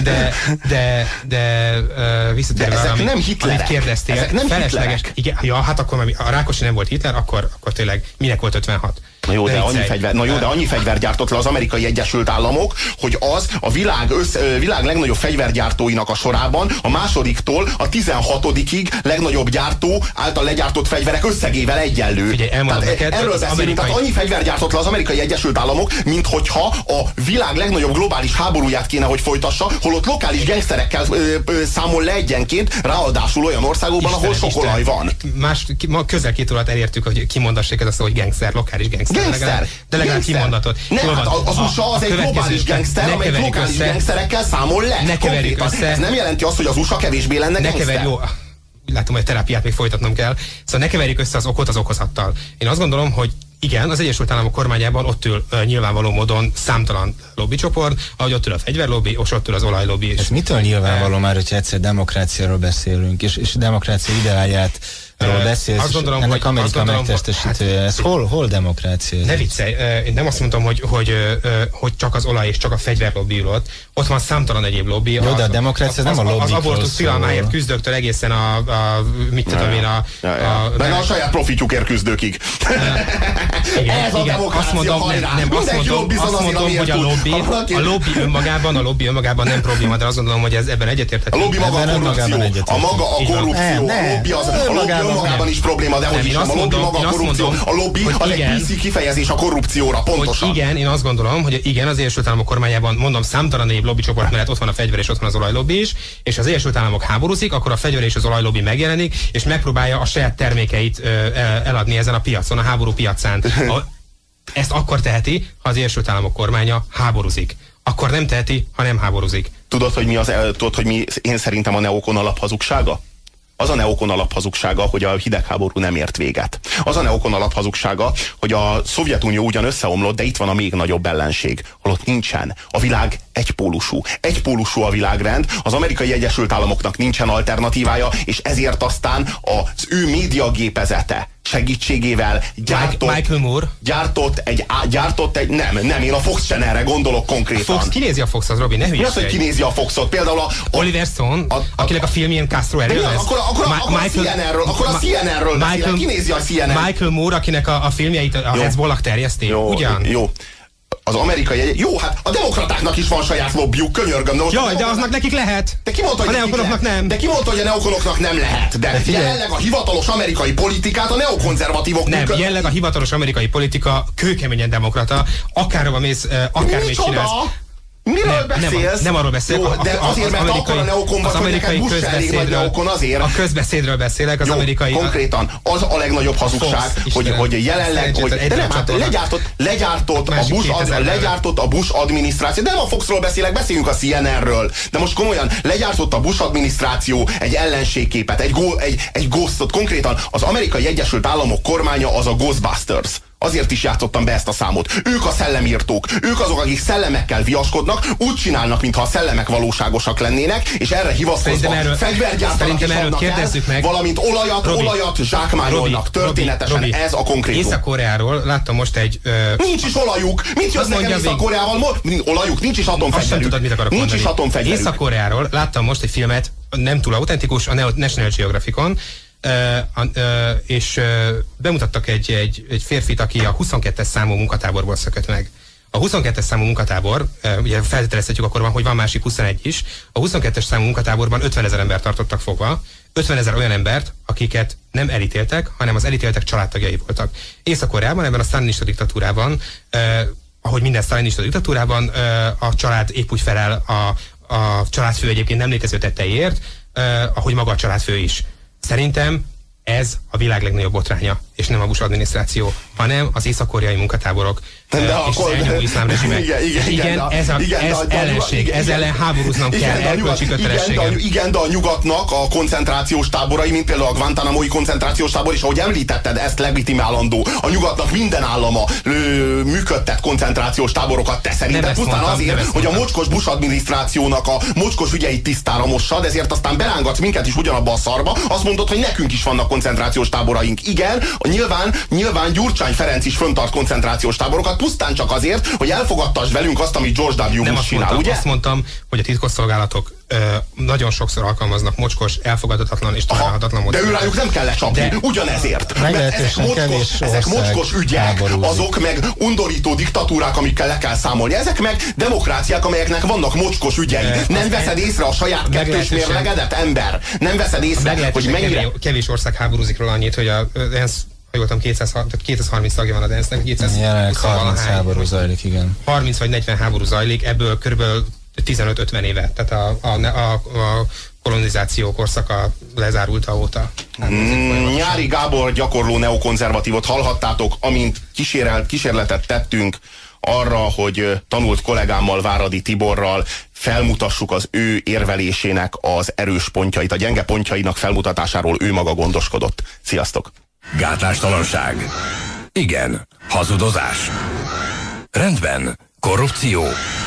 de visszatérve amit kérdeztél, ezek nem felesleges. Igen, ja, hát akkor a Rákosi nem volt Hitler, akkor tényleg minek volt 56? Na jó, de annyi fegyver gyártott le az Amerikai Egyesült Államok, hogy az a világ legnagyobb fegyvergyártóinak a sorában a másodiktól a 16. legnagyobb gyártó által legyártott fegyverek összegével egyenlő. Figyelj, erről beszélünk, tehát annyi fegyver gyártott le az Amerikai Egyesült Államok, mint hogyha a világ legnagyobb globális háborúját kéne, hogy folytassa, holott lokális gengszterekkel számol le egyenként, ráadásul olyan országokban, ahol sok olaj van. Közel 2 órát elértük, hogy kimondassék ez a szó, hogy gengszter, lokális gengszter. De legalább kimondatot. Az USA az egy globális gengszter, amely lokális gengszterekkel számol le. Ne keverjük össze. Ez nem jelenti azt, hogy az USA kevésbé lenne gengszter. Jó, látom, hogy a terápiát még folytatnom kell. Szóval ne keverjük össze az okot az okozattal. Én azt gondolom, hogy igen, az Egyesült Államok kormányában ott ül nyilvánvaló módon számtalan lobbycsoport, ahogy ott ül a fegyverlobby, és ott ül az olajlobby is. Ez mitől nyilvánvaló már, hogyha egyszer demokráciáról beszélünk, és demokrácia ideáját beszélsz, azt gondolom, ennek Amerika megtestesítője. Ez hol demokrácia? Ne viccelj, én nem azt mondtam, hogy csak az olaj és csak a fegyverlobby ül ott van számtalan egyéb lobby. Jó, de a demokrácia nem a lobbikról szól. Az abortusz tilalmáért küzdőktől egészen mit tudom én de a saját profitjukért küzdőkig. Ez a demokrácia hajrá. Azt mondom, hogy a lobby önmagában nem probléma, de azt gondolom, hogy ez ebben egyetérthetünk. A lobby maga a korrupció. A lobby az önmagában is probléma, de hogy is nem. A lobby maga a korrupció. A lobby az egy PC kifejezés a korrupcióra, pontosan. Igen, én azt gondolom, hogy igen, az Egyesült Államok kormányában, mondom, számtalan egyéb lobbycsoport mellett ott van a fegyver és ott van az olajlobby is, és az Egyesült Államok háborúzik, akkor a fegyver és az olajlobby megjelenik, és megpróbálja a saját termékeit eladni ezen a piacon, a háború piacán. Ezt akkor teheti, ha az Egyesült Államok kormánya háborúzik. Akkor nem teheti, ha nem háborúzik. Tudod, hogy mi én szerintem a neokon alaphazugsága? Az a neokon alaphazugsága, hogy a hidegháború nem ért véget. Az a neokon alaphazugsága, hogy a Szovjetunió ugyan összeomlott, de itt van a még nagyobb ellenség, holott nincsen. A világ egypólusú. Egypólusú a világrend, az Amerikai Egyesült Államoknak nincsen alternatívája, és ezért aztán az ő médiagépezete segítségével Michael Moore? gyártott egy nem, én a Fox Channelre gondolok konkrétan. Fox, kinézi a Foxot, Robi, ne hülyeskedj. Mi az, hogy kinézi a Foxot? Például Oliver Stone, akinek a filmjén Castro erő lesz. Akkor a CNN-ről beszélek. Kinézi a CNN-t? Michael Moore, akinek a filmjeit a Hezbollah terjeszti. Ugyan? Jó. Az amerikai jó, hát a demokratáknak is van saját lobbyuk, könyörgöm. Jaj, de aznak nekik lehet. De ki mondta, hogy a neokonoknak nem. De ki mondta, hogy a neokonoknak nem lehet? De jelenleg a hivatalos amerikai politikát a neokonzervatívok nem, jelenleg a hivatalos amerikai politika kőkeményen demokrata, akárhova mész, akármit csinálsz. Miről beszélsz? Nem arról beszélek. Jó, de azért, mert akkor a neokon vagy, hogy neked Bush se elég nagy neokon azért. A közbeszédről beszélek, az amerikai... Konkrétan, az a legnagyobb hazugság, hogy jelenleg, legyártott a Bush adminisztráció. De nem a Foxról beszéljünk a CNN-ről. De most komolyan, legyártott a Bush adminisztráció egy ellenségképet, egy ghostot. Konkrétan az Amerikai Egyesült Államok kormánya az a Ghostbusters. Azért is játszottam be ezt a számot. Ők a szellemírtók. Ők azok, akik szellemekkel viaskodnak, úgy csinálnak, mintha a szellemek valóságosak lennének, és erre hivatkozva fegyvergyártanak és adnak el, valamint olajat zsákmányolnak. Történetesen Robi, ez a konkrétum. Észak-Koreáról láttam most egy... Nincs is olajuk! Mit jössz nekem Észak-Koreával? Olajuk, nincs is atomfegyverük. Nincs is atomfegyverük. Észak-Koreáról láttam most egy filmet, nem túl autentikus, a National Geographicon, és bemutattak egy férfit, aki a 22-es számú munkatáborból szökött meg. A 22-es számú munkatábor, ugye feltételezhetjük akkor, hogy van másik 21 is, a 22-es számú munkatáborban 50 000 embert tartottak fogva, 50 000 olyan embert, akiket nem elítéltek, hanem az elítéltek családtagjai voltak. Észak-Koreában, ebben a sztálinista diktatúrában, ahogy minden sztálinista diktatúrában, a család épp úgy felel a családfő egyébként nem létező tetteiért, ahogy maga a családfő is. Szerintem ez a világ legnagyobb botránya, és nem a Bush adminisztráció, hanem az észak-koreai munkatáborok és az elnyomó iszlám rezsimek. Ez ellenség, ez ellen háborúznom kell, erkölcsi kötelességem. Igen, de a nyugatnak a koncentrációs táborai, mint például a Guantanamo-i koncentrációs tábor, és ahogy említetted, ezt legitimálandó. A nyugatnak minden állama működtet koncentrációs táborokat, te szerinted pusztán azért, hogy a mocskos Bush adminisztrációnak a mocskos ügyeit tisztára mossad, ezért aztán belángatsz minket is ugyanabba a szarba, azt mondod, hogy nekünk is vannak koncentrációs táboraink. Igen, nyilván Gyurcsány Ferenc is föntart koncentrációs táborokat, pusztán csak azért, hogy elfogadtasd velünk azt, amit George W. Bush csinál, ugye? Azt mondtam, hogy a titkosszolgálatok nagyon sokszor alkalmaznak mocskos, elfogadhatatlan és tolerálhatatlan módon. De őrájuk nem kell lecsapni, ugyanezért. Mert ezek mocskos ügyek, azok meg undorító diktatúrák, amikkel le kell számolni. Ezek meg demokráciák, amelyeknek vannak mocskos ügyei. Nem veszed észre a saját kettős mérlegedet, ember? Nem veszed észre, hogy mennyire... Kevés ország háborúzik róla annyit, hogy a ENSZ, ha jól tudom, 230 tagja van a ENSZ-nek, 30 háború zajlik, igen. 30 vagy 40 háború zajlik, ebből körülbelül 15-50 éve, tehát a kolonizáció korszaka lezárulta óta. Nyári Gábor gyakorló neokonzervatívot hallhattátok, amint kísérletet tettünk arra, hogy tanult kollégámmal, Váradi Tiborral felmutassuk az ő érvelésének az erős pontjait, a gyenge pontjainak felmutatásáról ő maga gondoskodott. Sziasztok! Gátlástalanság. Igen. Hazudozás. Rendben. Korrupció.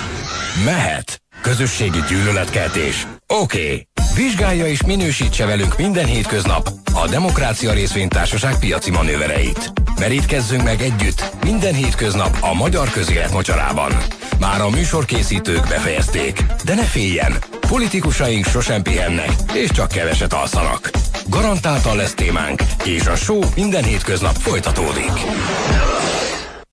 Mehet. Közösségi gyűlöletkeltés. Oké. Vizsgálja és minősítse velünk minden hétköznap a Demokrácia Részvénytársaság piaci manővereit. Merítkezzünk meg együtt minden hétköznap a magyar közélet mocsarában. Már a műsorkészítők befejezték, de ne féljen, politikusaink sosem pihennek, és csak keveset alszanak. Garantáltan lesz témánk, és a show minden hétköznap folytatódik.